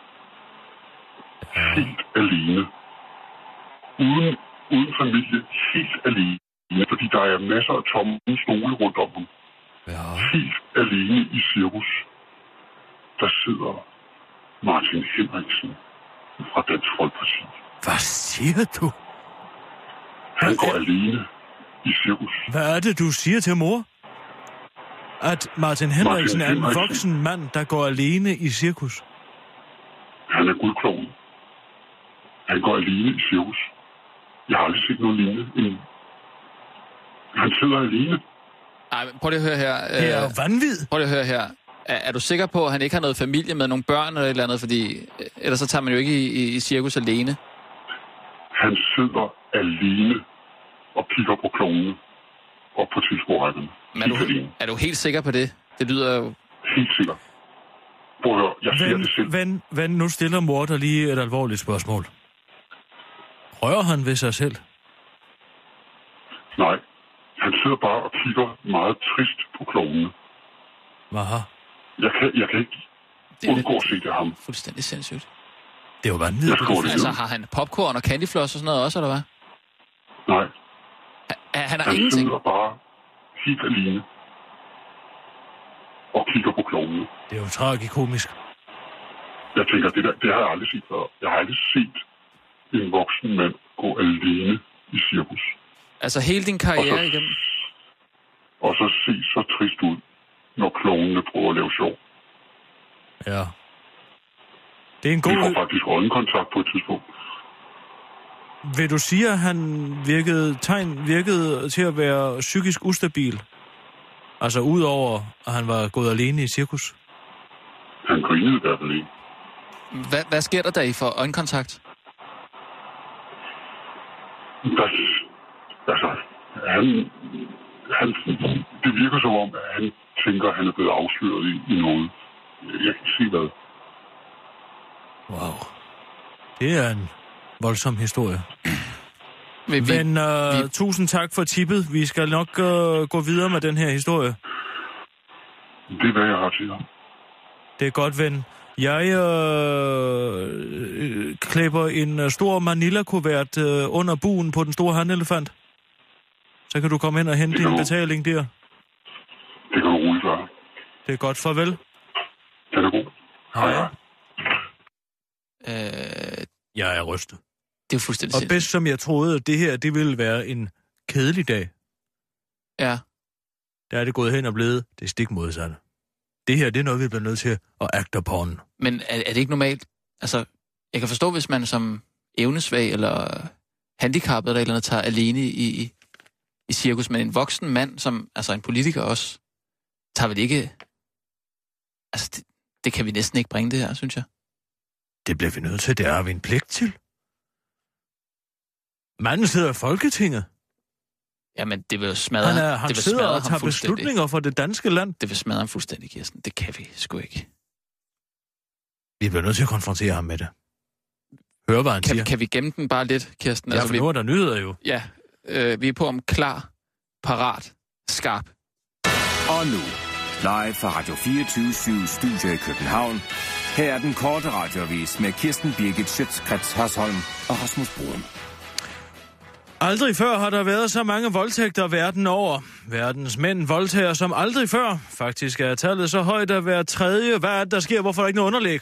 Ja. helt alene, uden, uden familie, helt alene, fordi der er masser af tomme stole rundt om ham. Ja. Helt alene i cirkus, der sidder Martin Henriksen fra Dansk Folkeparti. Hvad siger du? Han går alene i cirkus. Hvad er det, du siger til mor? At Martin Henriksen Martin er en Henriksen. voksen mand, der går alene i cirkus? Han er guldkloven. Han går alene i cirkus. Jeg har aldrig set noget lignende. En... Han sidder alene. Ej, men prøv lige at høre her. Det er jo vanvid. Prøv lige at høre her. Er, er du sikker på, at han ikke har noget familie med nogle børn eller et eller andet? Fordi øh, ellers så tager man jo ikke i, i, i cirkus alene. Han sidder alene og kigger på klovene og på tilskuerrækkerne. Men er du, er du helt sikker på det? Det lyder jo... Helt sikkert. Prøv at høre, jeg ser Ven, det selv. ven, ven, nu stiller mor dig lige et alvorligt spørgsmål. Rører han ved sig selv? Nej, han sidder bare og kigger meget trist på klovene. Aha. Jeg kan, jeg kan ikke Det er undgå lidt- at se det af ham. Fuldstændig sindssygt. Det er jo vanvittigt. Jeg tror det Altså, er. har han popcorn og candyfloss og sådan noget også, eller hvad? Nej, Er, han har han ingenting. sidder bare helt alene og kigger på klovene. Det er jo tragikomisk. Jeg tænker, det, der, det har jeg aldrig set før. Jeg har aldrig set en voksen mand gå alene i cirkus. Altså hele din Og så, karriere igennem. og så se så trist ud, når klovnene prøver at lave sjov. Ja. Det er en Vi får god... faktisk øjenkontakt på et tidspunkt. Vil du sige, at han virkede, tegn virkede til at være psykisk ustabil? Altså udover, at han var gået alene i cirkus? Han grinede i hvert fald ikke. Hvad, hvad sker der, da I får øjenkontakt? Der, altså, han, han, det virker som om, at han tænker, at han er blevet afsløret i, i noget. Jeg kan ikke sige hvad. Wow. Det er en voldsom historie. Vi, vi, Men øh, vi- tusind tak for tippet. Vi skal nok øh, gå videre med den her historie. Det er, hvad jeg har til ham. Det er godt, ven. Jeg øh, øh, klæber en øh, stor Manila-kuvert øh, under buen på den store handelefant. Så kan du komme ind og hente Det kan din du. betaling der. Det kan du roligt gøre. Det er godt. Farvel. Den er god. Hej. øh, Jeg er rystet. det er jo fuldstændig Og sindssygt. bedst som jeg troede, at det her det ville være en kedelig dag, Ja. der er det gået hen og blevet det stik modsatte. Det her, det er noget, vi bliver nødt til at acte upon. Men er, er det ikke normalt? Altså, jeg kan forstå, hvis man som evnesvag eller handicappet eller et eller andet tager alene i, i, i cirkus, men en voksen mand, som altså en politiker også, tager vel ikke... Altså, det, det kan vi næsten ikke bringe det her, synes jeg. Det bliver vi nødt til. Det har vi en pligt til. Manden sidder i Folketinget. Jamen, det vil jo smadre, Han, er, han det vil sidder smadre og ham tager fuldstændig. beslutninger for det danske land. Det vil smadre ham fuldstændig, Kirsten. Det kan vi sgu ikke. Vi bliver nødt til at konfrontere ham med det. Hør, hvad han Kan, siger. kan vi gemme den bare lidt, Kirsten? Ja, for vi, nu er der nyheder jo. ja øh, vi er på om klar, parat, skarp. Og nu, live fra Radio fireogtyve syv Studio i København. Her er den korte radioavis med Kirsten Birgit Schøtz-Krets Hørsholm og Rasmus Broen. Aldrig før har der været så mange voldtægter verden over. Verdens mænd voldtager som aldrig før. Faktisk er tallet så højt at hver tredje. Hvad er det, der sker? Hvorfor er der ikke noget underlæg?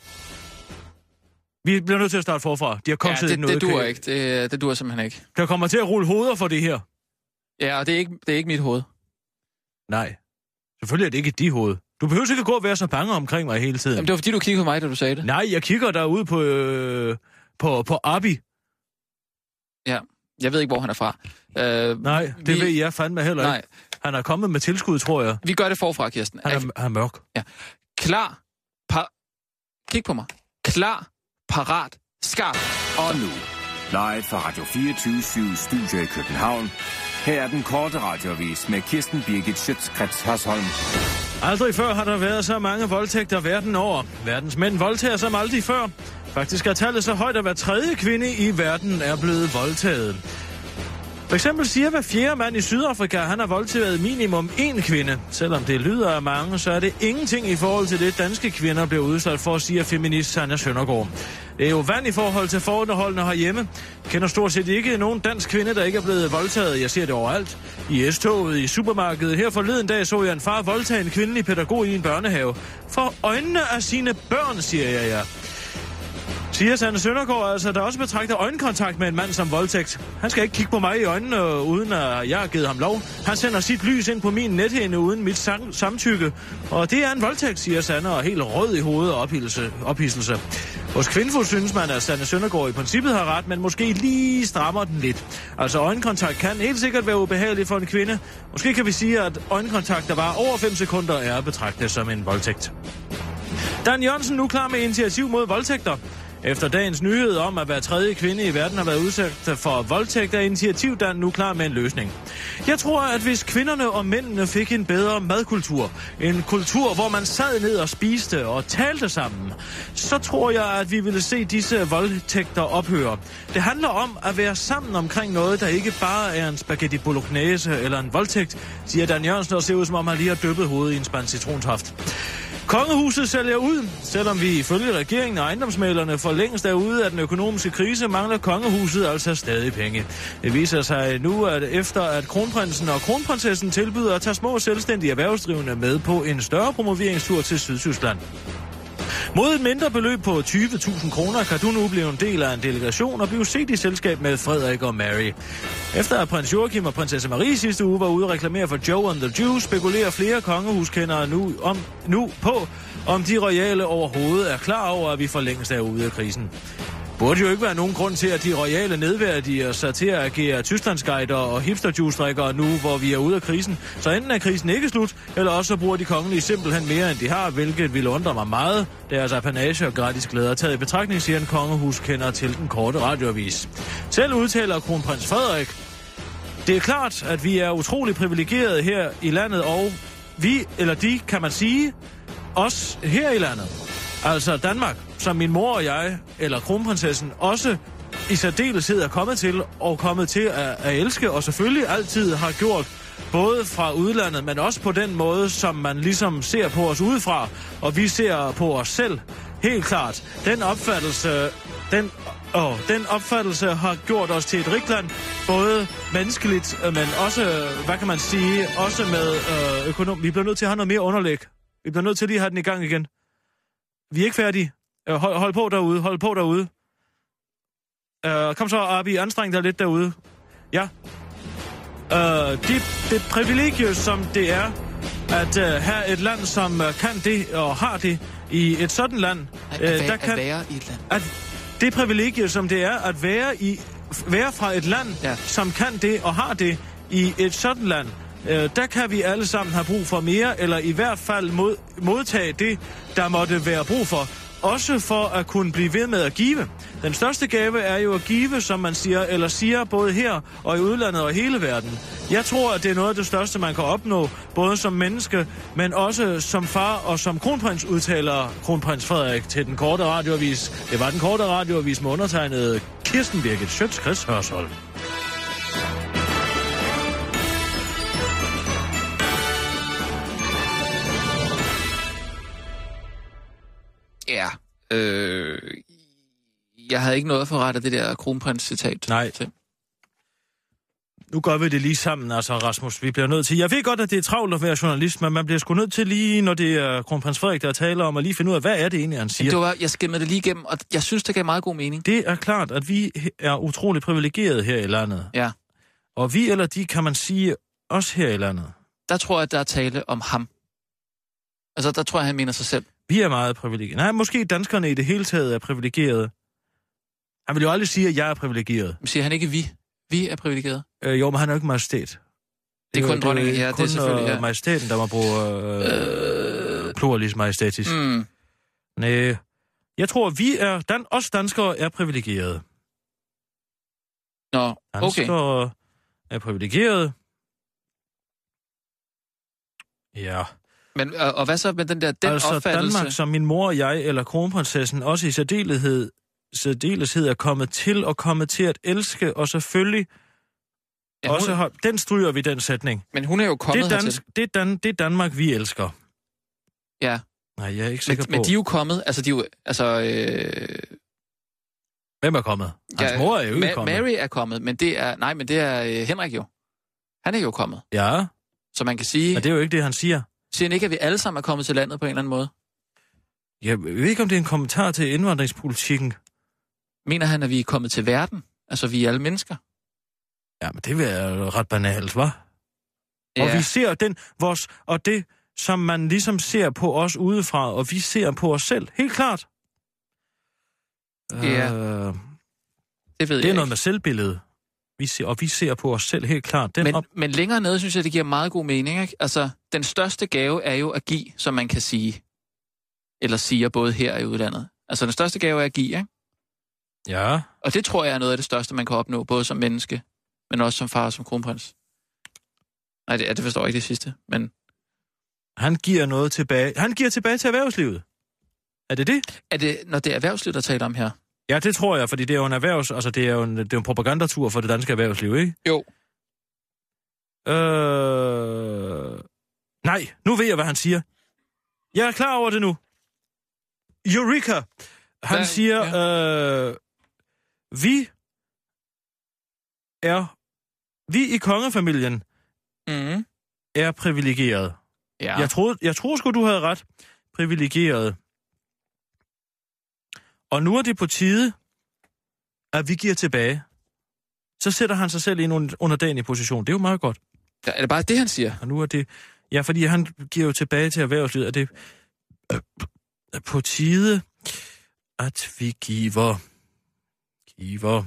Vi bliver nødt til at starte forfra. De har kommet Ja, til det, noget. det duer ikke. Det, det duer simpelthen ikke. Der kommer til at rulle hoveder for det her. Ja, og det er ikke, det er ikke mit hoved. Nej. Selvfølgelig er det ikke dit hoved. Du behøver ikke at gå og være så bange omkring mig hele tiden. Jamen, det var fordi, du kiggede på mig, da du sagde det. Nej, jeg kigger derude på, øh, på, på Abi. Ja, jeg ved ikke, hvor han er fra. Uh, Nej, det vi, ved jeg fandme heller nej. ikke. Han er kommet med tilskud, tror jeg. Vi gør det forfra, Kirsten. Han er, han er mørk. Klar, par... Kig på mig. Klar, parat, skarp. Og nu, Live fra Radio fireogtyve syv Studio i København. Her er den korte radioavis med Kirsten Birgit Schøtz-Krets Hasholm. Aldrig før har der været så mange voldtægter verden over. Verdens mænd voldtager som aldrig før. Faktisk er tallet så højt, at hver tredje kvinde i verden er blevet voldtaget. For eksempel siger hver fjerde mand i Sydafrika, at han har voldtaget minimum én kvinde. Selvom det lyder af mange, så er det ingenting i forhold til det, danske kvinder bliver udsat for, siger feminist Sanna Søndergaard. Det er jo vand i forhold til forholdene herhjemme. Jeg kender stort set ikke nogen dansk kvinde, der ikke er blevet voldtaget. Jeg ser det overalt. I S-toget, i supermarkedet. Her forleden dag så jeg en far voldtage en kvindelig pædagog i en børnehave. For øjnene af sine børn, siger jeg ja. Siger Sanne Søndergaard, altså, der også betragter øjenkontakt med en mand som voldtægt. Han skal ikke kigge på mig i øjnene, uden at jeg har givet ham lov. Han sender sit lys ind på min nethinde uden mit sam- samtykke. Og det er en voldtægt, siger Sanne, og helt rød i hovedet og ophidselse. Hos Kvinfo synes man, at Sanne Søndergaard i princippet har ret, men måske lige strammer den lidt. Altså øjenkontakt kan helt sikkert være ubehageligt for en kvinde. Måske kan vi sige, at øjenkontakt, der var over fem sekunder, er at betragte som en voldtægt. Dan Jørgensen nu klar med initiativ mod voldtægter. Efter dagens nyhed om, at hver tredje kvinde i verden har været udsat for voldtægt, er Initiativ Dan nu klar med en løsning. Jeg tror, at hvis kvinderne og mændene fik en bedre madkultur, en kultur, hvor man sad ned og spiste og talte sammen, så tror jeg, at vi ville se disse voldtægter ophøre. Det handler om at være sammen omkring noget, der ikke bare er en spaghetti bolognese eller en voldtægt, siger Dan Jørgensen og ser ud, som om han lige har dyppet hovedet i en spand citronsaft. Kongehuset sælger ud, selvom vi ifølge regeringen og ejendomsmæglerne for længst er ude af den økonomiske krise, mangler kongehuset altså stadig penge. Det viser sig nu, at efter at kronprinsen og kronprinsessen tilbyder at tage små selvstændige erhvervsdrivende med på en større promoveringstur til Sydtyskland. Mod et mindre beløb på tyve tusind kroner kan du nu blive en del af en delegation og blive set i selskab med Frederik og Mary. Efter at prins Joachim og prinsesse Marie sidste uge var ude og reklamere for Joe and the Juice, spekulerer flere kongehuskendere nu, om, nu på, om de royale overhovedet er klar over, at vi for længst er ude af krisen. Burde jo ikke være nogen grund til, at de royale nedværdiger sig til at agere Tysklandsguider og hipsterjuice-drikkere nu, hvor vi er ude af krisen. Så enten er krisen ikke slut, eller også bruger de kongelige simpelthen mere, end de har, hvilket ville undre mig meget. Deres apanage og gratis glæder taget i betragtning, siger en kongehus kender til den korte radioavis. Selv udtaler kronprins Frederik: det er klart, at vi er utrolig privilegerede her i landet, og vi, eller de, kan man sige, os her i landet. Altså Danmark, som min mor og jeg, eller kronprinsessen, også i særdeleshed er kommet til, og kommet til at, at elske, og selvfølgelig altid har gjort, både fra udlandet, men også på den måde, som man ligesom ser på os udefra, og vi ser på os selv. Helt klart. Den opfattelse, den, åh, den opfattelse har gjort os til et rigt land, både menneskeligt, men også, hvad kan man sige, også med øh, økonom. Vi bliver nødt til at have noget mere underlæg. Vi bliver nødt til lige at have den i gang igen. Vi er ikke færdige. Hold, hold på derude, hold på derude. Uh, kom så, Abi, anstreng dig lidt derude. Ja. Uh, det, det privilegie, som det er, at uh, have et land, som uh, kan det og har det i et sådan land. At, uh, at, der kan, at være i et land. At det privilegie, som det er, at være, i, være fra et land, ja. Som kan det og har det i et sådan land. Uh, der kan vi alle sammen have brug for mere, eller i hvert fald mod, modtage det, der måtte være brug for. Også for at kunne blive ved med at give. Den største gave er jo at give, som man siger, eller siger både her og i udlandet og i hele verden. Jeg tror, at det er noget af det største, man kan opnå, både som menneske, men også som far og som kronprins, udtaler kronprins Frederik til den korte radioavis. Det var den korte radioavis med undertegnet Kirsten Birgit Schøtz-Krets Hasholm. Ja, øh, jeg havde ikke noget for ret af det der kronprins-citat. Nej. Til. Nu gør vi det lige sammen, altså Rasmus. Vi bliver nødt til... Jeg ved godt, at det er travlt at være journalist, men man bliver sgu nødt til lige, når det er kronprins Frederik, der taler om, at lige finde ud af, hvad er det egentlig, han siger. Det var, jeg skimmede det lige igennem, og jeg synes, det gav meget god mening. Det er klart, at vi er utrolig privilegerede her i landet. Ja. Og vi eller de, kan man sige, også her i landet. Der tror jeg, at der er tale om ham. Altså, der tror jeg, han mener sig selv. Vi er meget privilegerede. Nej, måske danskerne i det hele taget er privilegerede. Han vil jo aldrig sige, at jeg er privilegeret. Men siger han ikke vi? Vi er privilegerede? Øh, jo, men han er jo ikke majestæt. Det er kun dronningen, ja, det er selvfølgelig, ja. Kun majestæten, der må bruge øh, øh, pluralis majestatis. Mm. Næh, jeg tror, vi er, dan, os danskere er privilegerede. Nå, okay. Danskere er privilegeret. Ja. Men, og, og hvad så med den der den altså opfattelse? Danmark, som min mor og jeg, eller kronprinsessen, også i særdeleshed, særdeleshed er kommet til og kommet til at elske, og selvfølgelig ja, hun... også har... Den stryger vi, den sætning. Men hun er jo kommet det er dansk, hertil. Det er, Dan, det er Danmark, vi elsker. Ja. Nej, jeg er ikke sikker men, på... Men de er jo kommet, altså de er jo... Altså, øh... Hvem er kommet? Hans ja, mor er jo ikke Ma- kommet. Mary er kommet, men det er... Nej, men det er øh, Henrik jo. Han er jo kommet. Ja. Så man kan sige... Men det er jo ikke det, han siger. Siger han ikke, at vi alle sammen er kommet til landet på en eller anden måde? Jeg ved ikke, om det er en kommentar til indvandringspolitikken. Mener han, at vi er kommet til verden? Altså, vi er alle mennesker? Ja, men det vil være ret banalt, hva'? Ja. Og vi ser den, vores, og det, som man ligesom ser på os udefra, og vi ser på os selv, helt klart. Ja, øh, det ved Det er jeg noget ikke. med selvbillede. Vi ser, og vi ser på os selv, helt klart. Den men, op... men længere nede, synes jeg, det giver meget god mening, ikke? Altså, den største gave er jo at give, som man kan sige. Eller siger både her i udlandet. Altså, den største gave er at give, ikke? Ja. Og det tror jeg er noget af det største, man kan opnå, både som menneske, men også som far og som kronprins. Nej, det, det forstår jeg ikke det sidste, men... Han giver noget tilbage. Han giver tilbage til erhvervslivet. Er det det? Er det, når det er erhvervslivet, der taler om her? Ja, det tror jeg, fordi det er jo en erhvervs... Altså, det er jo en, det er en propagandatur for det danske erhvervsliv, ikke? Jo. Øh... Nej, nu ved jeg, hvad han siger. Jeg er klar over det nu. Eureka! Han Hvad? siger, Ja. øh... Vi er... Vi i kongefamilien Mm. er privilegeret. Ja. Jeg troede, jeg troede sgu, du havde ret. Privilegeret. Og nu er det på tide, at vi giver tilbage. Så sætter han sig selv i en underdanig position. Det er jo meget godt. Ja, er det bare det, han siger? Og nu er det... Ja, fordi han giver jo tilbage til erhvervslivet, og det er på tide, at vi giver... Giver...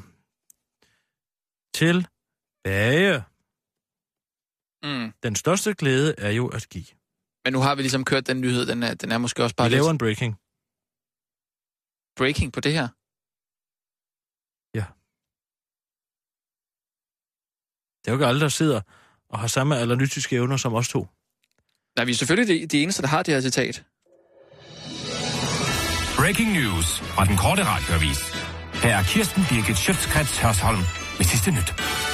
Tilbage. Mm. Den største glæde er jo at give. Men nu har vi ligesom kørt den nyhed, den er, den er måske også bare Vi laver lidt en breaking. breaking på det her. Ja. Det er jo ikke alle, der sidder og har samme analytiske evner som os to. Nej, vi er selvfølgelig de, de eneste, der har det her citat. Breaking news fra den korte radioavis. Her er Kirsten Birgit Schøtzgrads Hørsholm med sidste nyt.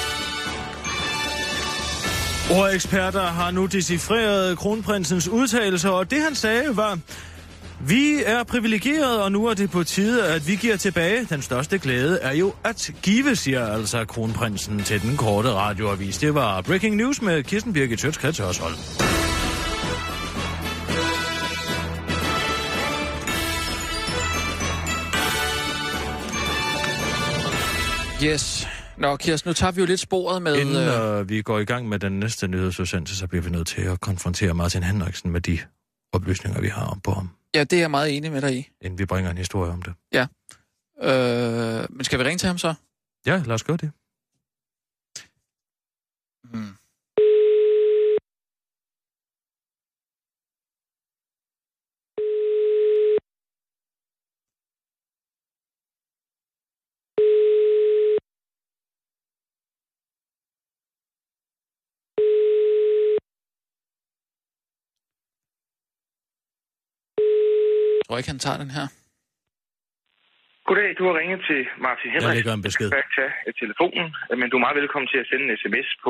Ordeksperter har nu decifreret kronprinsens udtalelser, og det han sagde var: vi er privilegerede, og nu er det på tide, at vi giver tilbage. Den største glæde er jo at give, siger altså kronprinsen til den korte radioavis. Det var Breaking News med Kirsten Birgit Schøtzgrads Hørsholm. Yes. Nå, Kirsten, nu tager vi jo lidt sporet med... Inden øh... øh, vi går i gang med den næste nyhedsudsendelse, så bliver vi nødt til at konfrontere Martin Henriksen med de oplysninger, vi har om på ham. Ja, det er jeg meget enig med dig i. Inden vi bringer en historie om det. Ja. Øh, men skal vi ringe til ham så? Ja, lad os gøre det. Hmm. Jeg tror ikke, han tager den her. Goddag, du har ringet til Martin Henriksen. Jeg lægger en besked. Jeg kan tage telefonen, men du er meget velkommen til at sende en sms på...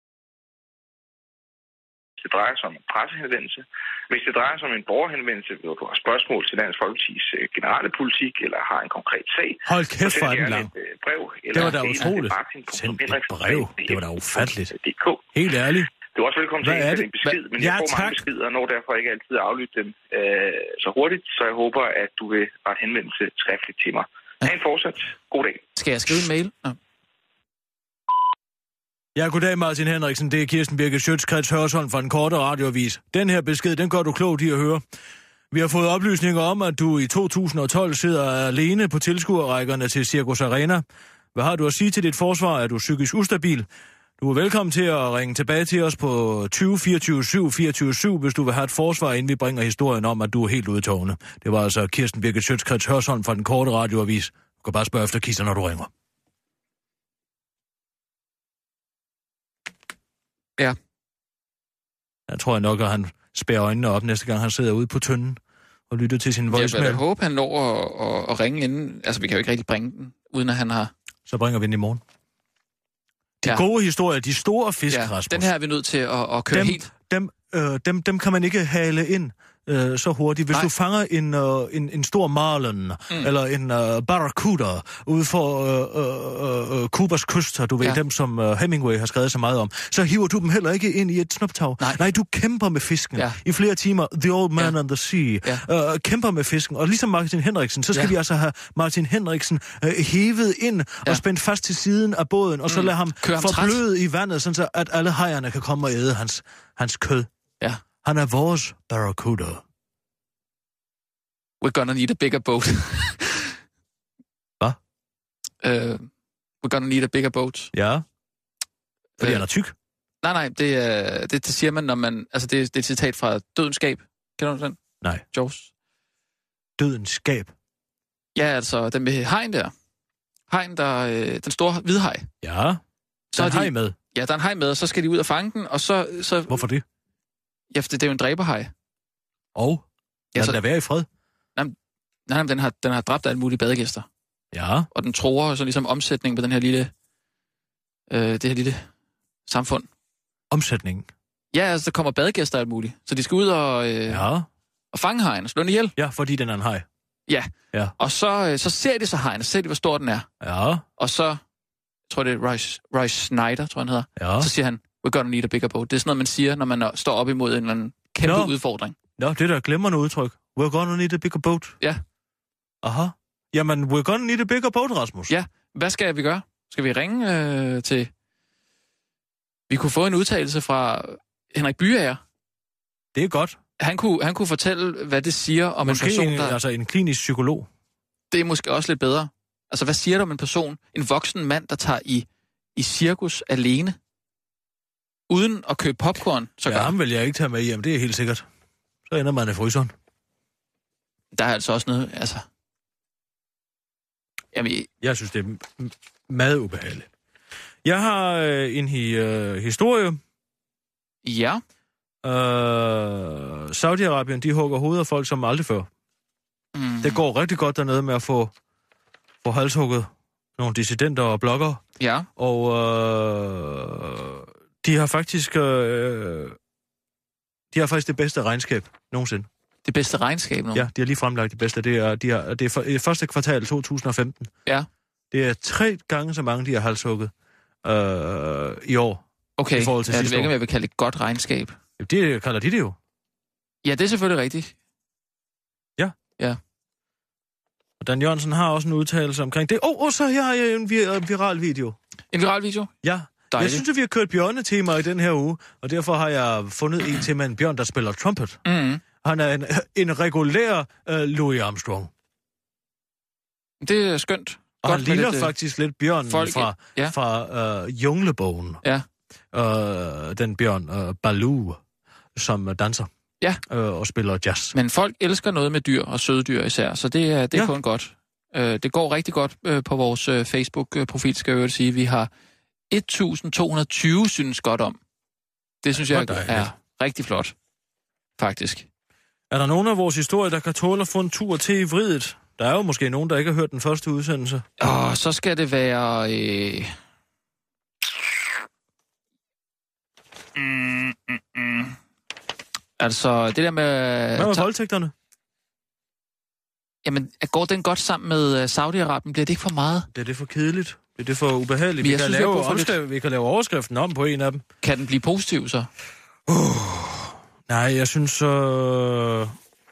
Det drejer sig om en pressehenvendelse. Hvis det drejer sig om en borgerhenvendelse, hvor du har spørgsmål til Dansk Folkepartis generelle politik, eller har en konkret sag... Hold kæft for den lang. Brev, det var da utroligt. Send et brev. Det var da ufatteligt. Helt ærligt. Du er også velkommen til at sende en besked, men ja, jeg får mange tak. beskeder, og når derfor ikke altid at aflytte dem øh, så hurtigt, så jeg håber, at du vil rette henvendelse skriftligt til mig. Ha' en fortsat god dag. Skal jeg skrive en mail? Nå. Ja, goddag Martin Henriksen. Det er Kirsten Birgit Schøtzgrads Hørsholm fra den korte radioavis. Den her besked, den gør du klogt i at høre. Vi har fået oplysninger om, at du i to tusind og tolv sidder alene på tilskuerrækkerne til Circus Arena. Hvad har du at sige til dit forsvar? Er du psykisk ustabil? Du er velkommen til at ringe tilbage til os på tyve fireogtyve syv fireogtyve syv, hvis du vil have et forsvar, inden vi bringer historien om, at du er helt ude i tårne. Det var altså Kirsten Birgit Schøtzgrads Hørsholm fra den korte radioavis. Du kan bare spørge efter Kisser, når du ringer. Ja. Jeg tror nok, at han spærer øjnene op næste gang, han sidder ude på tønden og lytter til sin voicemail. Jeg vil håbe, han når at, at, at ringe inden. Altså, vi kan jo ikke rigtig bringe den, uden at han har... Så bringer vi den i morgen. De ja. gode historier, de store fisk, ja, Rasmus. Den her er vi nødt til at, at køre dem, helt. Dem, øh, dem, dem kan man ikke hale ind øh, så hurtigt. Hvis Nej. du fanger en, øh, en, en stor marlin, mm. eller en øh, barracuda ude for øh, øh, øh, Cubas kyster, du ved, ja. dem som øh, Hemingway har skrevet så meget om, så hiver du dem heller ikke ind i et snuptag. Nej, Nej du kæmper med fisken ja. i flere timer. The Old Man ja. on the Sea. Ja. Øh, kæmper med fisken. Og ligesom Martin Henriksen, så skal ja. vi altså have Martin Henriksen øh, hævet ind ja. og spændt fast til siden af båden, og så mm. lade ham forbløde i vandet, sådan så at alle hajerne kan komme og æde hans, hans kød. Ja. Han er vores barracuda. We're gonna need a bigger boat. Hvad? Uh, we're gonna need a bigger boat. Ja. Fordi uh, han er tyk? Nej, nej, det, uh, det, det siger man, når man... Altså, det, det er et citat fra Dødenskab. Kender du den? Nej. Jaws. Dødenskab? Ja, altså, den med hegn der. Hegn, der øh, den store hvidhaj. Ja, så er en haj med. Ja, der er en haj med, og så skal de ud og fange den, og så... så Hvorfor det? Ja, det er jo en dræberhaj. Og? Lad ja, så, den da være i fred. Nej, nej, den har, den har dræbt alle mulige badegæster. Ja. Og den tror så ligesom omsætning på den her lille... Øh, det her lille samfund. Omsætningen? Ja, altså, der kommer badegæster alt muligt. Så de skal ud og... Øh, ja. Og fange hajen og slå den ihjel. Ja, fordi den er en haj. Ja. Ja. Og så, øh, så ser de så hajen, og ser de, hvor stor den er. Ja. Og så... Jeg tror, det er Royce, Royce Snyder, tror jeg, han hedder. Ja. Så siger han, we're gonna need a bigger boat. Det er sådan noget, man siger, når man står op imod en eller anden kæmpe no. udfordring. Ja, det er da glemrende udtryk. We're gonna need a bigger boat. Ja. Aha. Jamen, we're gonna need a bigger boat, Rasmus. Ja. Hvad skal vi gøre? Skal vi ringe øh, til... Vi kunne få en udtalelse fra Henrik Byager. Det er godt. Han kunne, han kunne fortælle, hvad det siger om måske en person, en, der... altså en klinisk psykolog. Det er måske også lidt bedre. Altså, hvad siger du om en person, en voksen mand, der tager i, i cirkus alene, uden at købe popcorn? Så ja, ham vil jeg ikke tage med hjem, det er helt sikkert. Så ender man i fryseren. Der er altså også noget, altså... Jamen... Jeg synes, det er meget ubehageligt. Jeg har øh, en hi, øh, historie. Ja. Øh, Saudi-Arabien, de hugger hovedet af folk som aldrig før. Mm. Det går rigtig godt dernede med at få, få halshugget nogle dissidenter og bloggere. Ja. Og øh, de har faktisk øh, de har faktisk det bedste regnskab nogensinde. Det bedste regnskab nu? Ja, de har lige fremlagt det bedste. Det er, de har, det er for, det første kvartal to tusind og femten. Ja. Det er tre gange så mange, de har halshugget øh, i år. Okay, i forhold til ja, sidste det ved ikke, år. om jeg vil kalde det godt regnskab. Det kalder de det jo. Ja, det er selvfølgelig rigtigt. Ja. Ja. Og Dan Jørgensen har også en udtalelse omkring det. Åh, oh, oh, så her har jeg en vir- viral video. En viral video? Ja. Dejligt. Jeg synes, at vi har kørt bjørnetema i den her uge, og derfor har jeg fundet en til med en bjørn, der spiller trumpet. Mm. Han er en, en regulær uh, Louis Armstrong. Det er skønt. Og godt han ligner lidt, faktisk lidt bjørnen folk, fra, ja. fra uh, Junglebogen. Ja. Uh, den bjørn, uh, Baloo, som uh, danser. Ja. Uh, og spiller jazz. Men folk elsker noget med dyr, og søde dyr især, så det er, det er ja. kun godt. Uh, det går rigtig godt uh, på vores uh, Facebook-profil, skal jeg sige. Vi har et tusind to hundrede og tyve synes godt om. Det synes jeg er, er rigtig flot, faktisk. Er der nogen af vores historier, der kan tåle at få en tur til i vridet? Der er jo måske nogen, der ikke har hørt den første udsendelse. Og så skal det være... Øh... Mm, mm, mm. Altså, det der med... Hvad med ta- voldtægterne? Jamen, går den godt sammen med Saudi-Arabien? Bliver det ikke for meget? Det er det for kedeligt. Det er det for ubehageligt. Vi kan, synes, lave overskrift, lidt... vi kan lave overskriften om på en af dem. Kan den blive positiv, så? Uh, nej, jeg synes... Uh...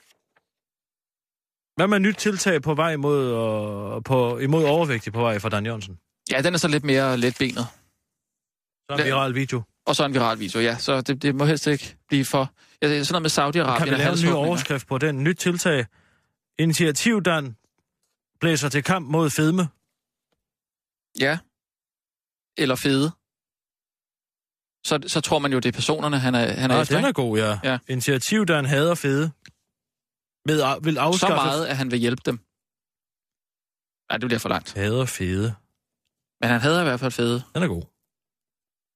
Hvad med nyt tiltag på vej imod, uh, på, imod overvægtig på vej fra Dan Jørgensen? Ja, den er så lidt mere letbenet. Så en viral video. Og så en viral video, ja. Så det, det må helst ikke blive for... Ja, det er sådan noget med Saudi-Arabien. Kan vi lave en ny overskrift på den? Nyt tiltag. Initiativ, Dan blæser til kamp mod fedme. Ja. Eller fede. Så, så tror man jo, det er personerne, han er, han er ah, efter, den er god, ja. ja. Initiativ, Dan hader fede. Ved, vil afskaffe... Så meget, at han vil hjælpe dem. Nej, det bliver for langt. Hader fede. Men han hader i hvert fald fede. Den er god.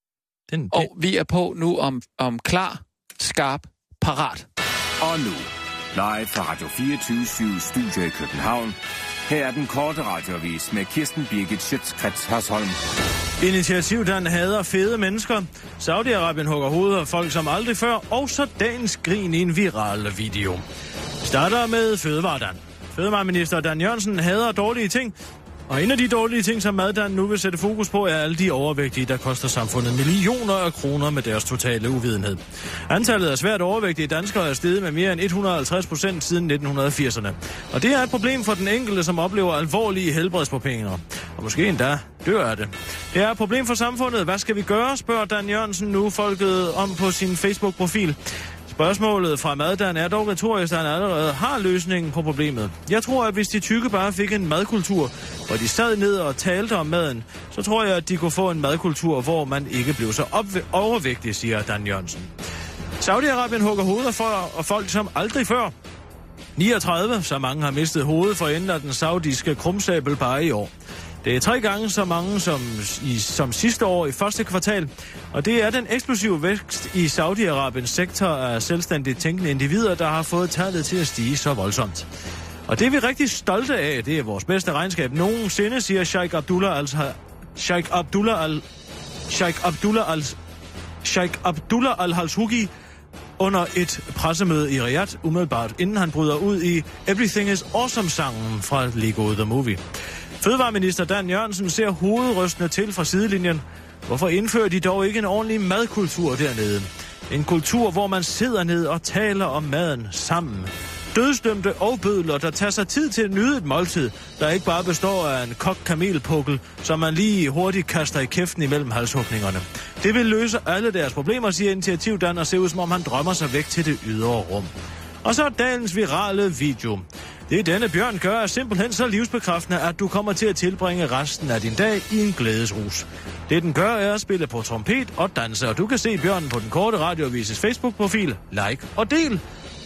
Den, den. Og vi er på nu om, om klar, skarp, parat. Og nu, live fra Radio fireogtyve syv Studio i København. Her er den korte radioavis med Kirsten Birgit Schøtzgrads Hasholm. Initiativ, der hader fede mennesker. Saudi-Arabien hugger hovedet af folk som aldrig før. Og så dagens grin i en viral video. Starter med fødevaredan. Fødevareminister Dan Jørgensen hader dårlige ting. Og en af de dårlige ting, som Maddan nu vil sætte fokus på, er alle de overvægtige, der koster samfundet millioner af kroner med deres totale uvidenhed. Antallet af svært overvægtige danskere er steget med mere end et hundrede og halvtreds procent siden nitten firserne. Og det er et problem for den enkelte, som oplever alvorlige helbredsproblemer. Og måske endda dør af det. Det er et problem for samfundet. Hvad skal vi gøre, spørger Dan Jørgensen nu folket om på sin Facebook-profil. Spørgsmålet fra Maddan er dog retorisk, at han allerede har løsningen på problemet. Jeg tror, at hvis de tykke bare fik en madkultur, hvor de sad ned og talte om maden, så tror jeg, at de kunne få en madkultur, hvor man ikke blev så overvægtig, siger Dan Jørgensen. Saudi-Arabien hugger hovedet for og folk som aldrig før. niogtredive, så mange har mistet hovedet for enden af den saudiske krumsabel bare i år. Det er tre gange så mange som, i, som sidste år i første kvartal, og det er den eksplosive vækst i Saudi-Arabiens sektor af selvstændigt tænkende individer, der har fået tallet til at stige så voldsomt. Og det er vi rigtig stolte af. Det er vores bedste regnskab nogensinde, siger Sheikh Abdullah al Sheikh Abdullah al Sheikh Abdullah al Sheikh Abdullah al-Halshougi under et pressemøde i Riyadh umiddelbart, inden han bryder ud i Everything is Awesome-sangen fra Lego The Movie. Fødevareminister Dan Jørgensen ser hovedrystende til fra sidelinjen. Hvorfor indfører de dog ikke en ordentlig madkultur dernede? En kultur, hvor man sidder ned og taler om maden sammen. Dødsdømte og bødler, der tager sig tid til at nyde et måltid, der ikke bare består af en kogt kamelpukkel, som man lige hurtigt kaster i kæften imellem halshugningerne. Det vil løse alle deres problemer, siger Initiativ Dan, og ser ud som om han drømmer sig væk til det ydre rum. Og så dagens virale video. Det denne bjørn gør er simpelthen så livsbekræftende, at du kommer til at tilbringe resten af din dag i en glædesrus. Det den gør er at spille på trompet og danse, og du kan se bjørnen på den korte radioavises Facebook-profil. Like og del.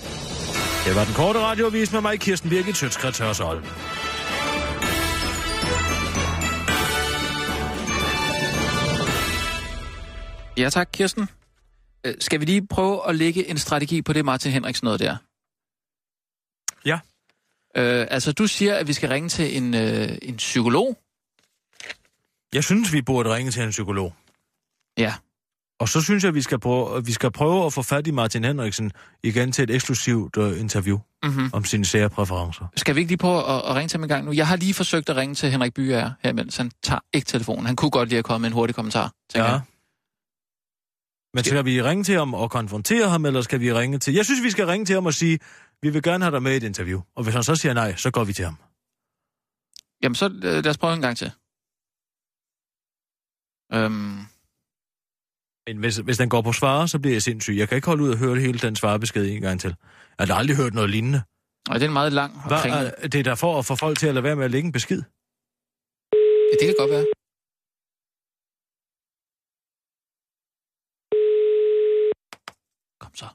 Det var den korte radioavis med mig, Kirsten Birgit Schøtzgrads Hasholm. Ja tak, Kirsten. Øh, skal vi lige prøve at lægge en strategi på det Martin Henriksen noget der? Ja. Øh, altså, du siger, at vi skal ringe til en, øh, en psykolog. Jeg synes, vi burde ringe til en psykolog. Ja. Og så synes jeg, at vi skal prøve, at vi skal prøve at få fat i Martin Henriksen igen til et eksklusivt uh, interview mm-hmm. om sine sære præferencer. Skal vi ikke lige prøve at, at ringe til ham en gang nu? Jeg har lige forsøgt at ringe til Henrik Byager her, mens han tager ikke telefonen. Han kunne godt lige have kommet med en hurtig kommentar. Ja. Jeg. Men skal vi ringe til ham og konfrontere ham, eller skal vi ringe til... Jeg synes, vi skal ringe til ham og sige, vi vil gerne have dig med i et interview. Og hvis han så siger nej, så går vi til ham. Jamen, så lad os prøve en gang til. Øhm... Men hvis, hvis den går på svare, så bliver jeg sindssyg. Jeg kan ikke holde ud og høre hele den svarebesked en gang til. Jeg har aldrig hørt noget lignende. Og det er en meget lang og kringlet. Hvad er det der for at få folk til at lade være med at lægge en besked? Ja, det kan godt være. Kom så.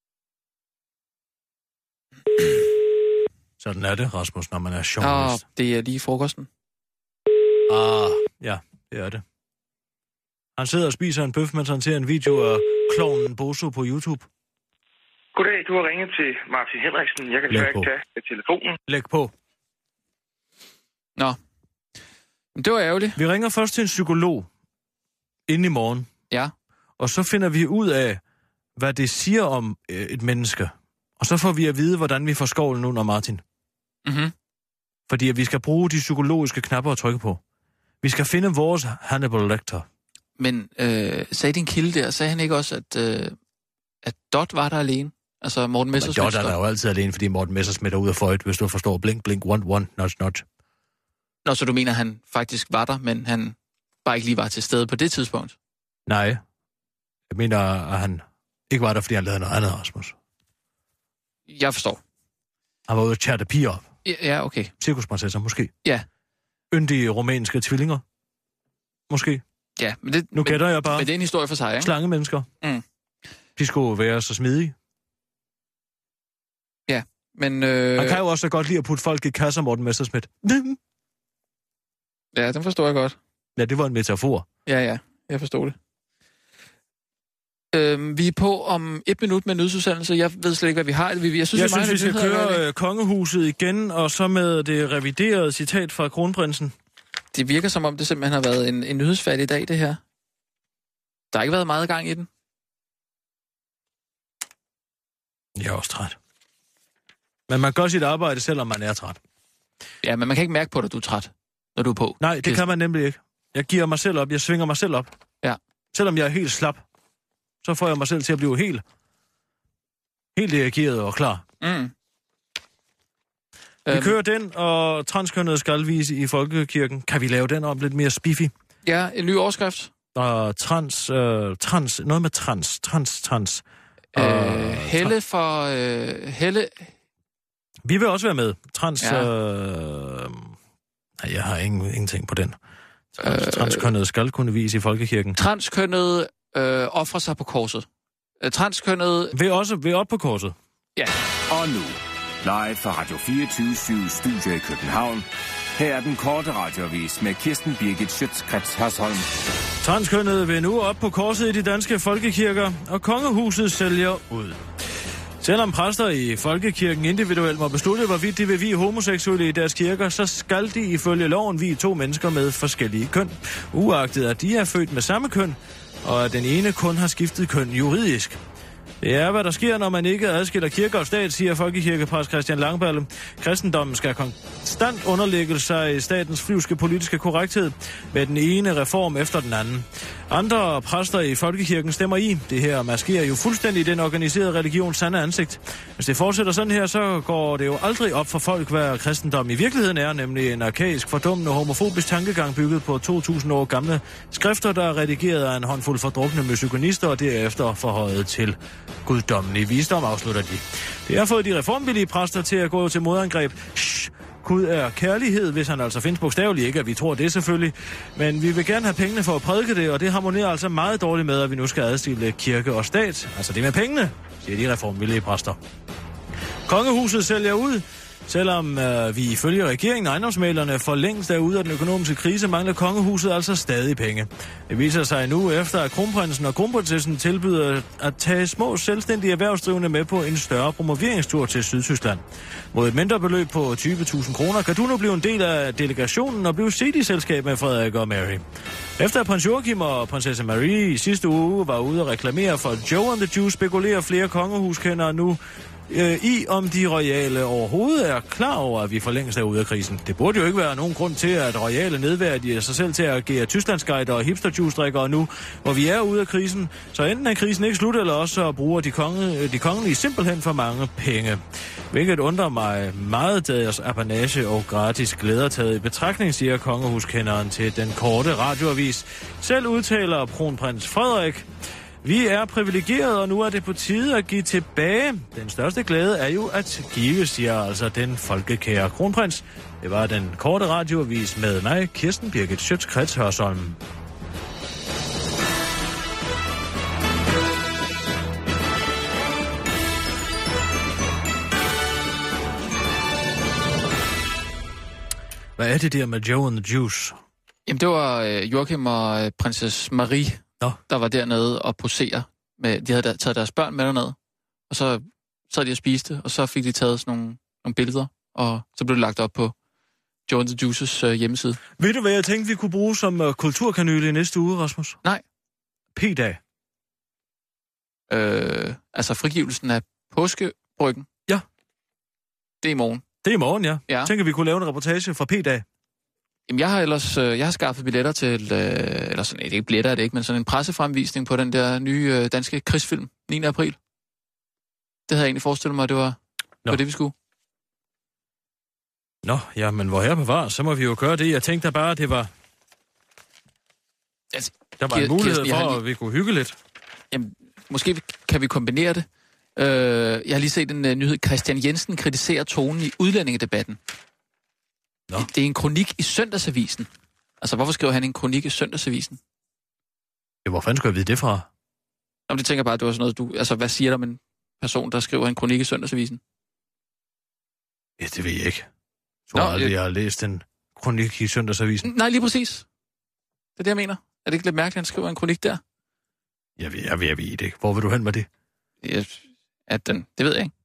Sådan er det, Rasmus, når man er sjov. Åh, det er lige frokosten. Ah, ja, det er det. Han sidder og spiser en bøf, mens han ser en video af klovnen Bozo på YouTube. Goddag, du har ringet til Martin Henriksen. Jeg kan desværre ikke tage telefonen. Læg på. Nå, det var ærgerligt. Vi ringer først til en psykolog inden i morgen. Ja. Og så finder vi ud af, hvad det siger om øh, et menneske. Og så får vi at vide, hvordan vi får skovlen under Martin. Mhm. Fordi at vi skal bruge de psykologiske knapper at trykke på. Vi skal finde vores Hannibal Lecter. Men øh, sagde din kilde der, sagde han ikke også, at, øh, at Dot var der alene? Altså Morten Messerschmidt? Dot er der jo altid alene, fordi Morten Messerschmidt er ude af føjet, hvis du forstår. Blink, blink, one, one, notch, notch. Nå, så du mener, han faktisk var der, men han bare ikke lige var til stede på det tidspunkt? Nej. Jeg mener, at han ikke var der, fordi han lavede noget andet, Rasmus. Jeg forstår. Han var ude at tjerte piger op. Ja, ja, okay. Cirkusprinsesser, måske. Ja. Yndige rumænske tvillinger. Måske. Ja, men det... Nu gætter jeg bare. Men det er en historie for sig, ikke? Slange mennesker. Mm. De skulle være så smidige. Ja, men... Øh... Han kan jo også godt lide at putte folk i kasser, Morten Messerschmidt. Ja, den forstår jeg godt. Ja, det var en metafor. Ja, ja, jeg forstår det. Øhm, vi er på om et minut med nyhedsudsendelse. Jeg ved slet ikke, hvad vi har. Jeg synes, jeg synes meget, vi skal køre øh, kongehuset igen, og så med det reviderede citat fra kronprinsen. Det virker som om, det simpelthen har været en, en nyhedsfærdig dag, det her. Der har ikke været meget gang i den. Jeg er også træt. Men man gør sit arbejde, selvom man er træt. Ja, men man kan ikke mærke på dig, at du er træt, når du er på. Nej, det kan man nemlig ikke. Jeg giver mig selv op. Jeg svinger mig selv op. Ja. Selvom jeg er helt slap, så får jeg mig selv til at blive helt, helt reageret og klar. Mm. Vi øhm. kører den, og transkønnet skalvise i folkekirken. Kan vi lave den om lidt mere spiffy? Ja, en ny overskrift. Og trans, øh, trans, noget med trans, trans, trans. Øh, og, Helle trans. for... Øh, Helle... Vi vil også være med. Trans... Ja. Øh, nej, jeg har ingen, ingenting på den. Trans, øh, transkønnet skal kunne vise i folkekirken. Transkønnet øh, offrer sig på korset. Øh, transkønnet... Vil også vil op på korset. Ja. Og nu, live fra Radio fireogtyve syv Studio i København. Her er den korte radioavis med Kirsten Birgit Schøtz-Krets Hasholm. Transkønnet vil nu op på korset i de danske folkekirker, og kongehuset sælger ud. Selvom præster i folkekirken individuelt må beslutte, hvorvidt de vil vie homoseksuelle i deres kirker, så skal de ifølge loven vie to mennesker med forskellige køn, uagtet at de er født med samme køn, og at den ene kun har skiftet køn juridisk. Det er, hvad der sker, når man ikke adskiller kirke og stat, siger folkekirkepræst Christian Langballe. Kristendommen skal konstant underlægge sig i statens flyvske politiske korrekthed med den ene reform efter den anden. Andre præster i folkekirken stemmer i. Det her maskerer jo fuldstændig den organiserede religions sande ansigt. Hvis det fortsætter sådan her, så går det jo aldrig op for folk, hvad kristendom i virkeligheden er, nemlig en arkaisk, fordummende, homofobisk tankegang bygget på to tusind år gamle skrifter, der er redigeret af en håndfuld fordrukne misogynister og derefter forhøjet til guddommelig visdom, afslutter de. Det har fået de reformvillige præster til at gå til modangreb. Shh. Gud er kærlighed, hvis han altså findes bogstaveligt, ikke at vi tror det selvfølgelig. Men vi vil gerne have pengene for at prædike det, og det harmonerer altså meget dårligt med, at vi nu skal adstille kirke og stat. Altså det med pengene, siger de reformvillige præster. Kongehuset sælger ud. Selvom øh, vi ifølge regeringen og ejendomsmæglerne for længst er ude af den økonomiske krise, mangler kongehuset altså stadig penge. Det viser sig nu efter, at kronprinsen og kronprinsessen tilbyder at tage små selvstændige erhvervsdrivende med på en større promoveringstur til Sydtyskland. Mod et mindre beløb på tyve tusind kroner kan du nu blive en del af delegationen og blive set i selskab med Frederik og Mary. Efter at prins Joachim og prinsesse Marie i sidste uge var ude og reklamere for Joe and the Juice, spekulerer flere kongehuskendere nu i, om de royale overhovedet er klar over, at vi for længst er ude af krisen. Det burde jo ikke være nogen grund til, at royale nedværdiger sig selv til at agere Tysklandsguider og hipsterjuice-drikkere nu, hvor vi er ude af krisen. Så enten er krisen ikke slut, eller også så bruger de, konge, de kongelige simpelthen for mange penge. Hvilket undrer mig meget, da deres apanage og gratis glæder taget i betragtning, siger kongehuskenderen til den korte radioavis. Selv udtaler kronprins Frederik: vi er privilegerede, og nu er det på tide at give tilbage. Den største glæde er jo at give, siger altså den folkekære kronprins. Det var den korte radioavis med mig, Kirsten Birgit Schøtz-Krets Hasholm. Hvad er det der med Joe and the Juice? Jamen, det var øh, Joachim og øh, prinsesse Marie, Nå. der var dernede og posere. Med, de havde der, taget deres børn med dernede, og så sad de og spiste, og så fik de taget sådan nogle, nogle billeder, og så blev det lagt op på Joe and the Juices øh, hjemmeside. Ved du, hvad jeg tænkte, vi kunne bruge som uh, kulturkanyle i næste uge, Rasmus? Nej. P-dag. Øh, altså frigivelsen af påskebryggen? Ja. Det er i morgen. Det er i morgen, ja. Ja. Tænker vi kunne lave en reportage fra P-dag. Jamen, jeg har ellers øh, jeg har skaffet billetter til, øh, eller sådan, det er ikke billetter, er det ikke, men sådan en pressefremvisning på den der nye øh, danske krigsfilm, niende april. Det havde jeg egentlig forestillet mig, at det var, var det, vi skulle. Nå, ja, men hvor her bevares, så må vi jo gøre det. Jeg tænkte da bare, at det var... Altså, der var en mulighed Kirsten, for, lige... at vi kunne hygge lidt. Jamen, måske kan vi kombinere det. Øh, jeg har lige set en uh, nyhed. Christian Jensen kritiserer tonen i udlændingedebatten. Nå. Det er en kronik i Søndagsavisen. Altså, hvorfor skriver han en kronik i Søndagsavisen? Ja, hvor fanden skulle jeg vide det fra? Jamen, det tænker bare, at det var sådan noget, du... Altså, hvad siger der om en person, der skriver en kronik i Søndagsavisen? Ja, det ved jeg ikke. Jeg tror Nå, aldrig, jeg... jeg har læst en kronik i Søndagsavisen. Nej, lige præcis. Det er det, jeg mener. Er det ikke lidt mærkeligt, at han skriver en kronik der? Jeg ved, jeg ved, jeg ved det ikke. Hvor vil du hen med det? Det, at den, det ved jeg ikke.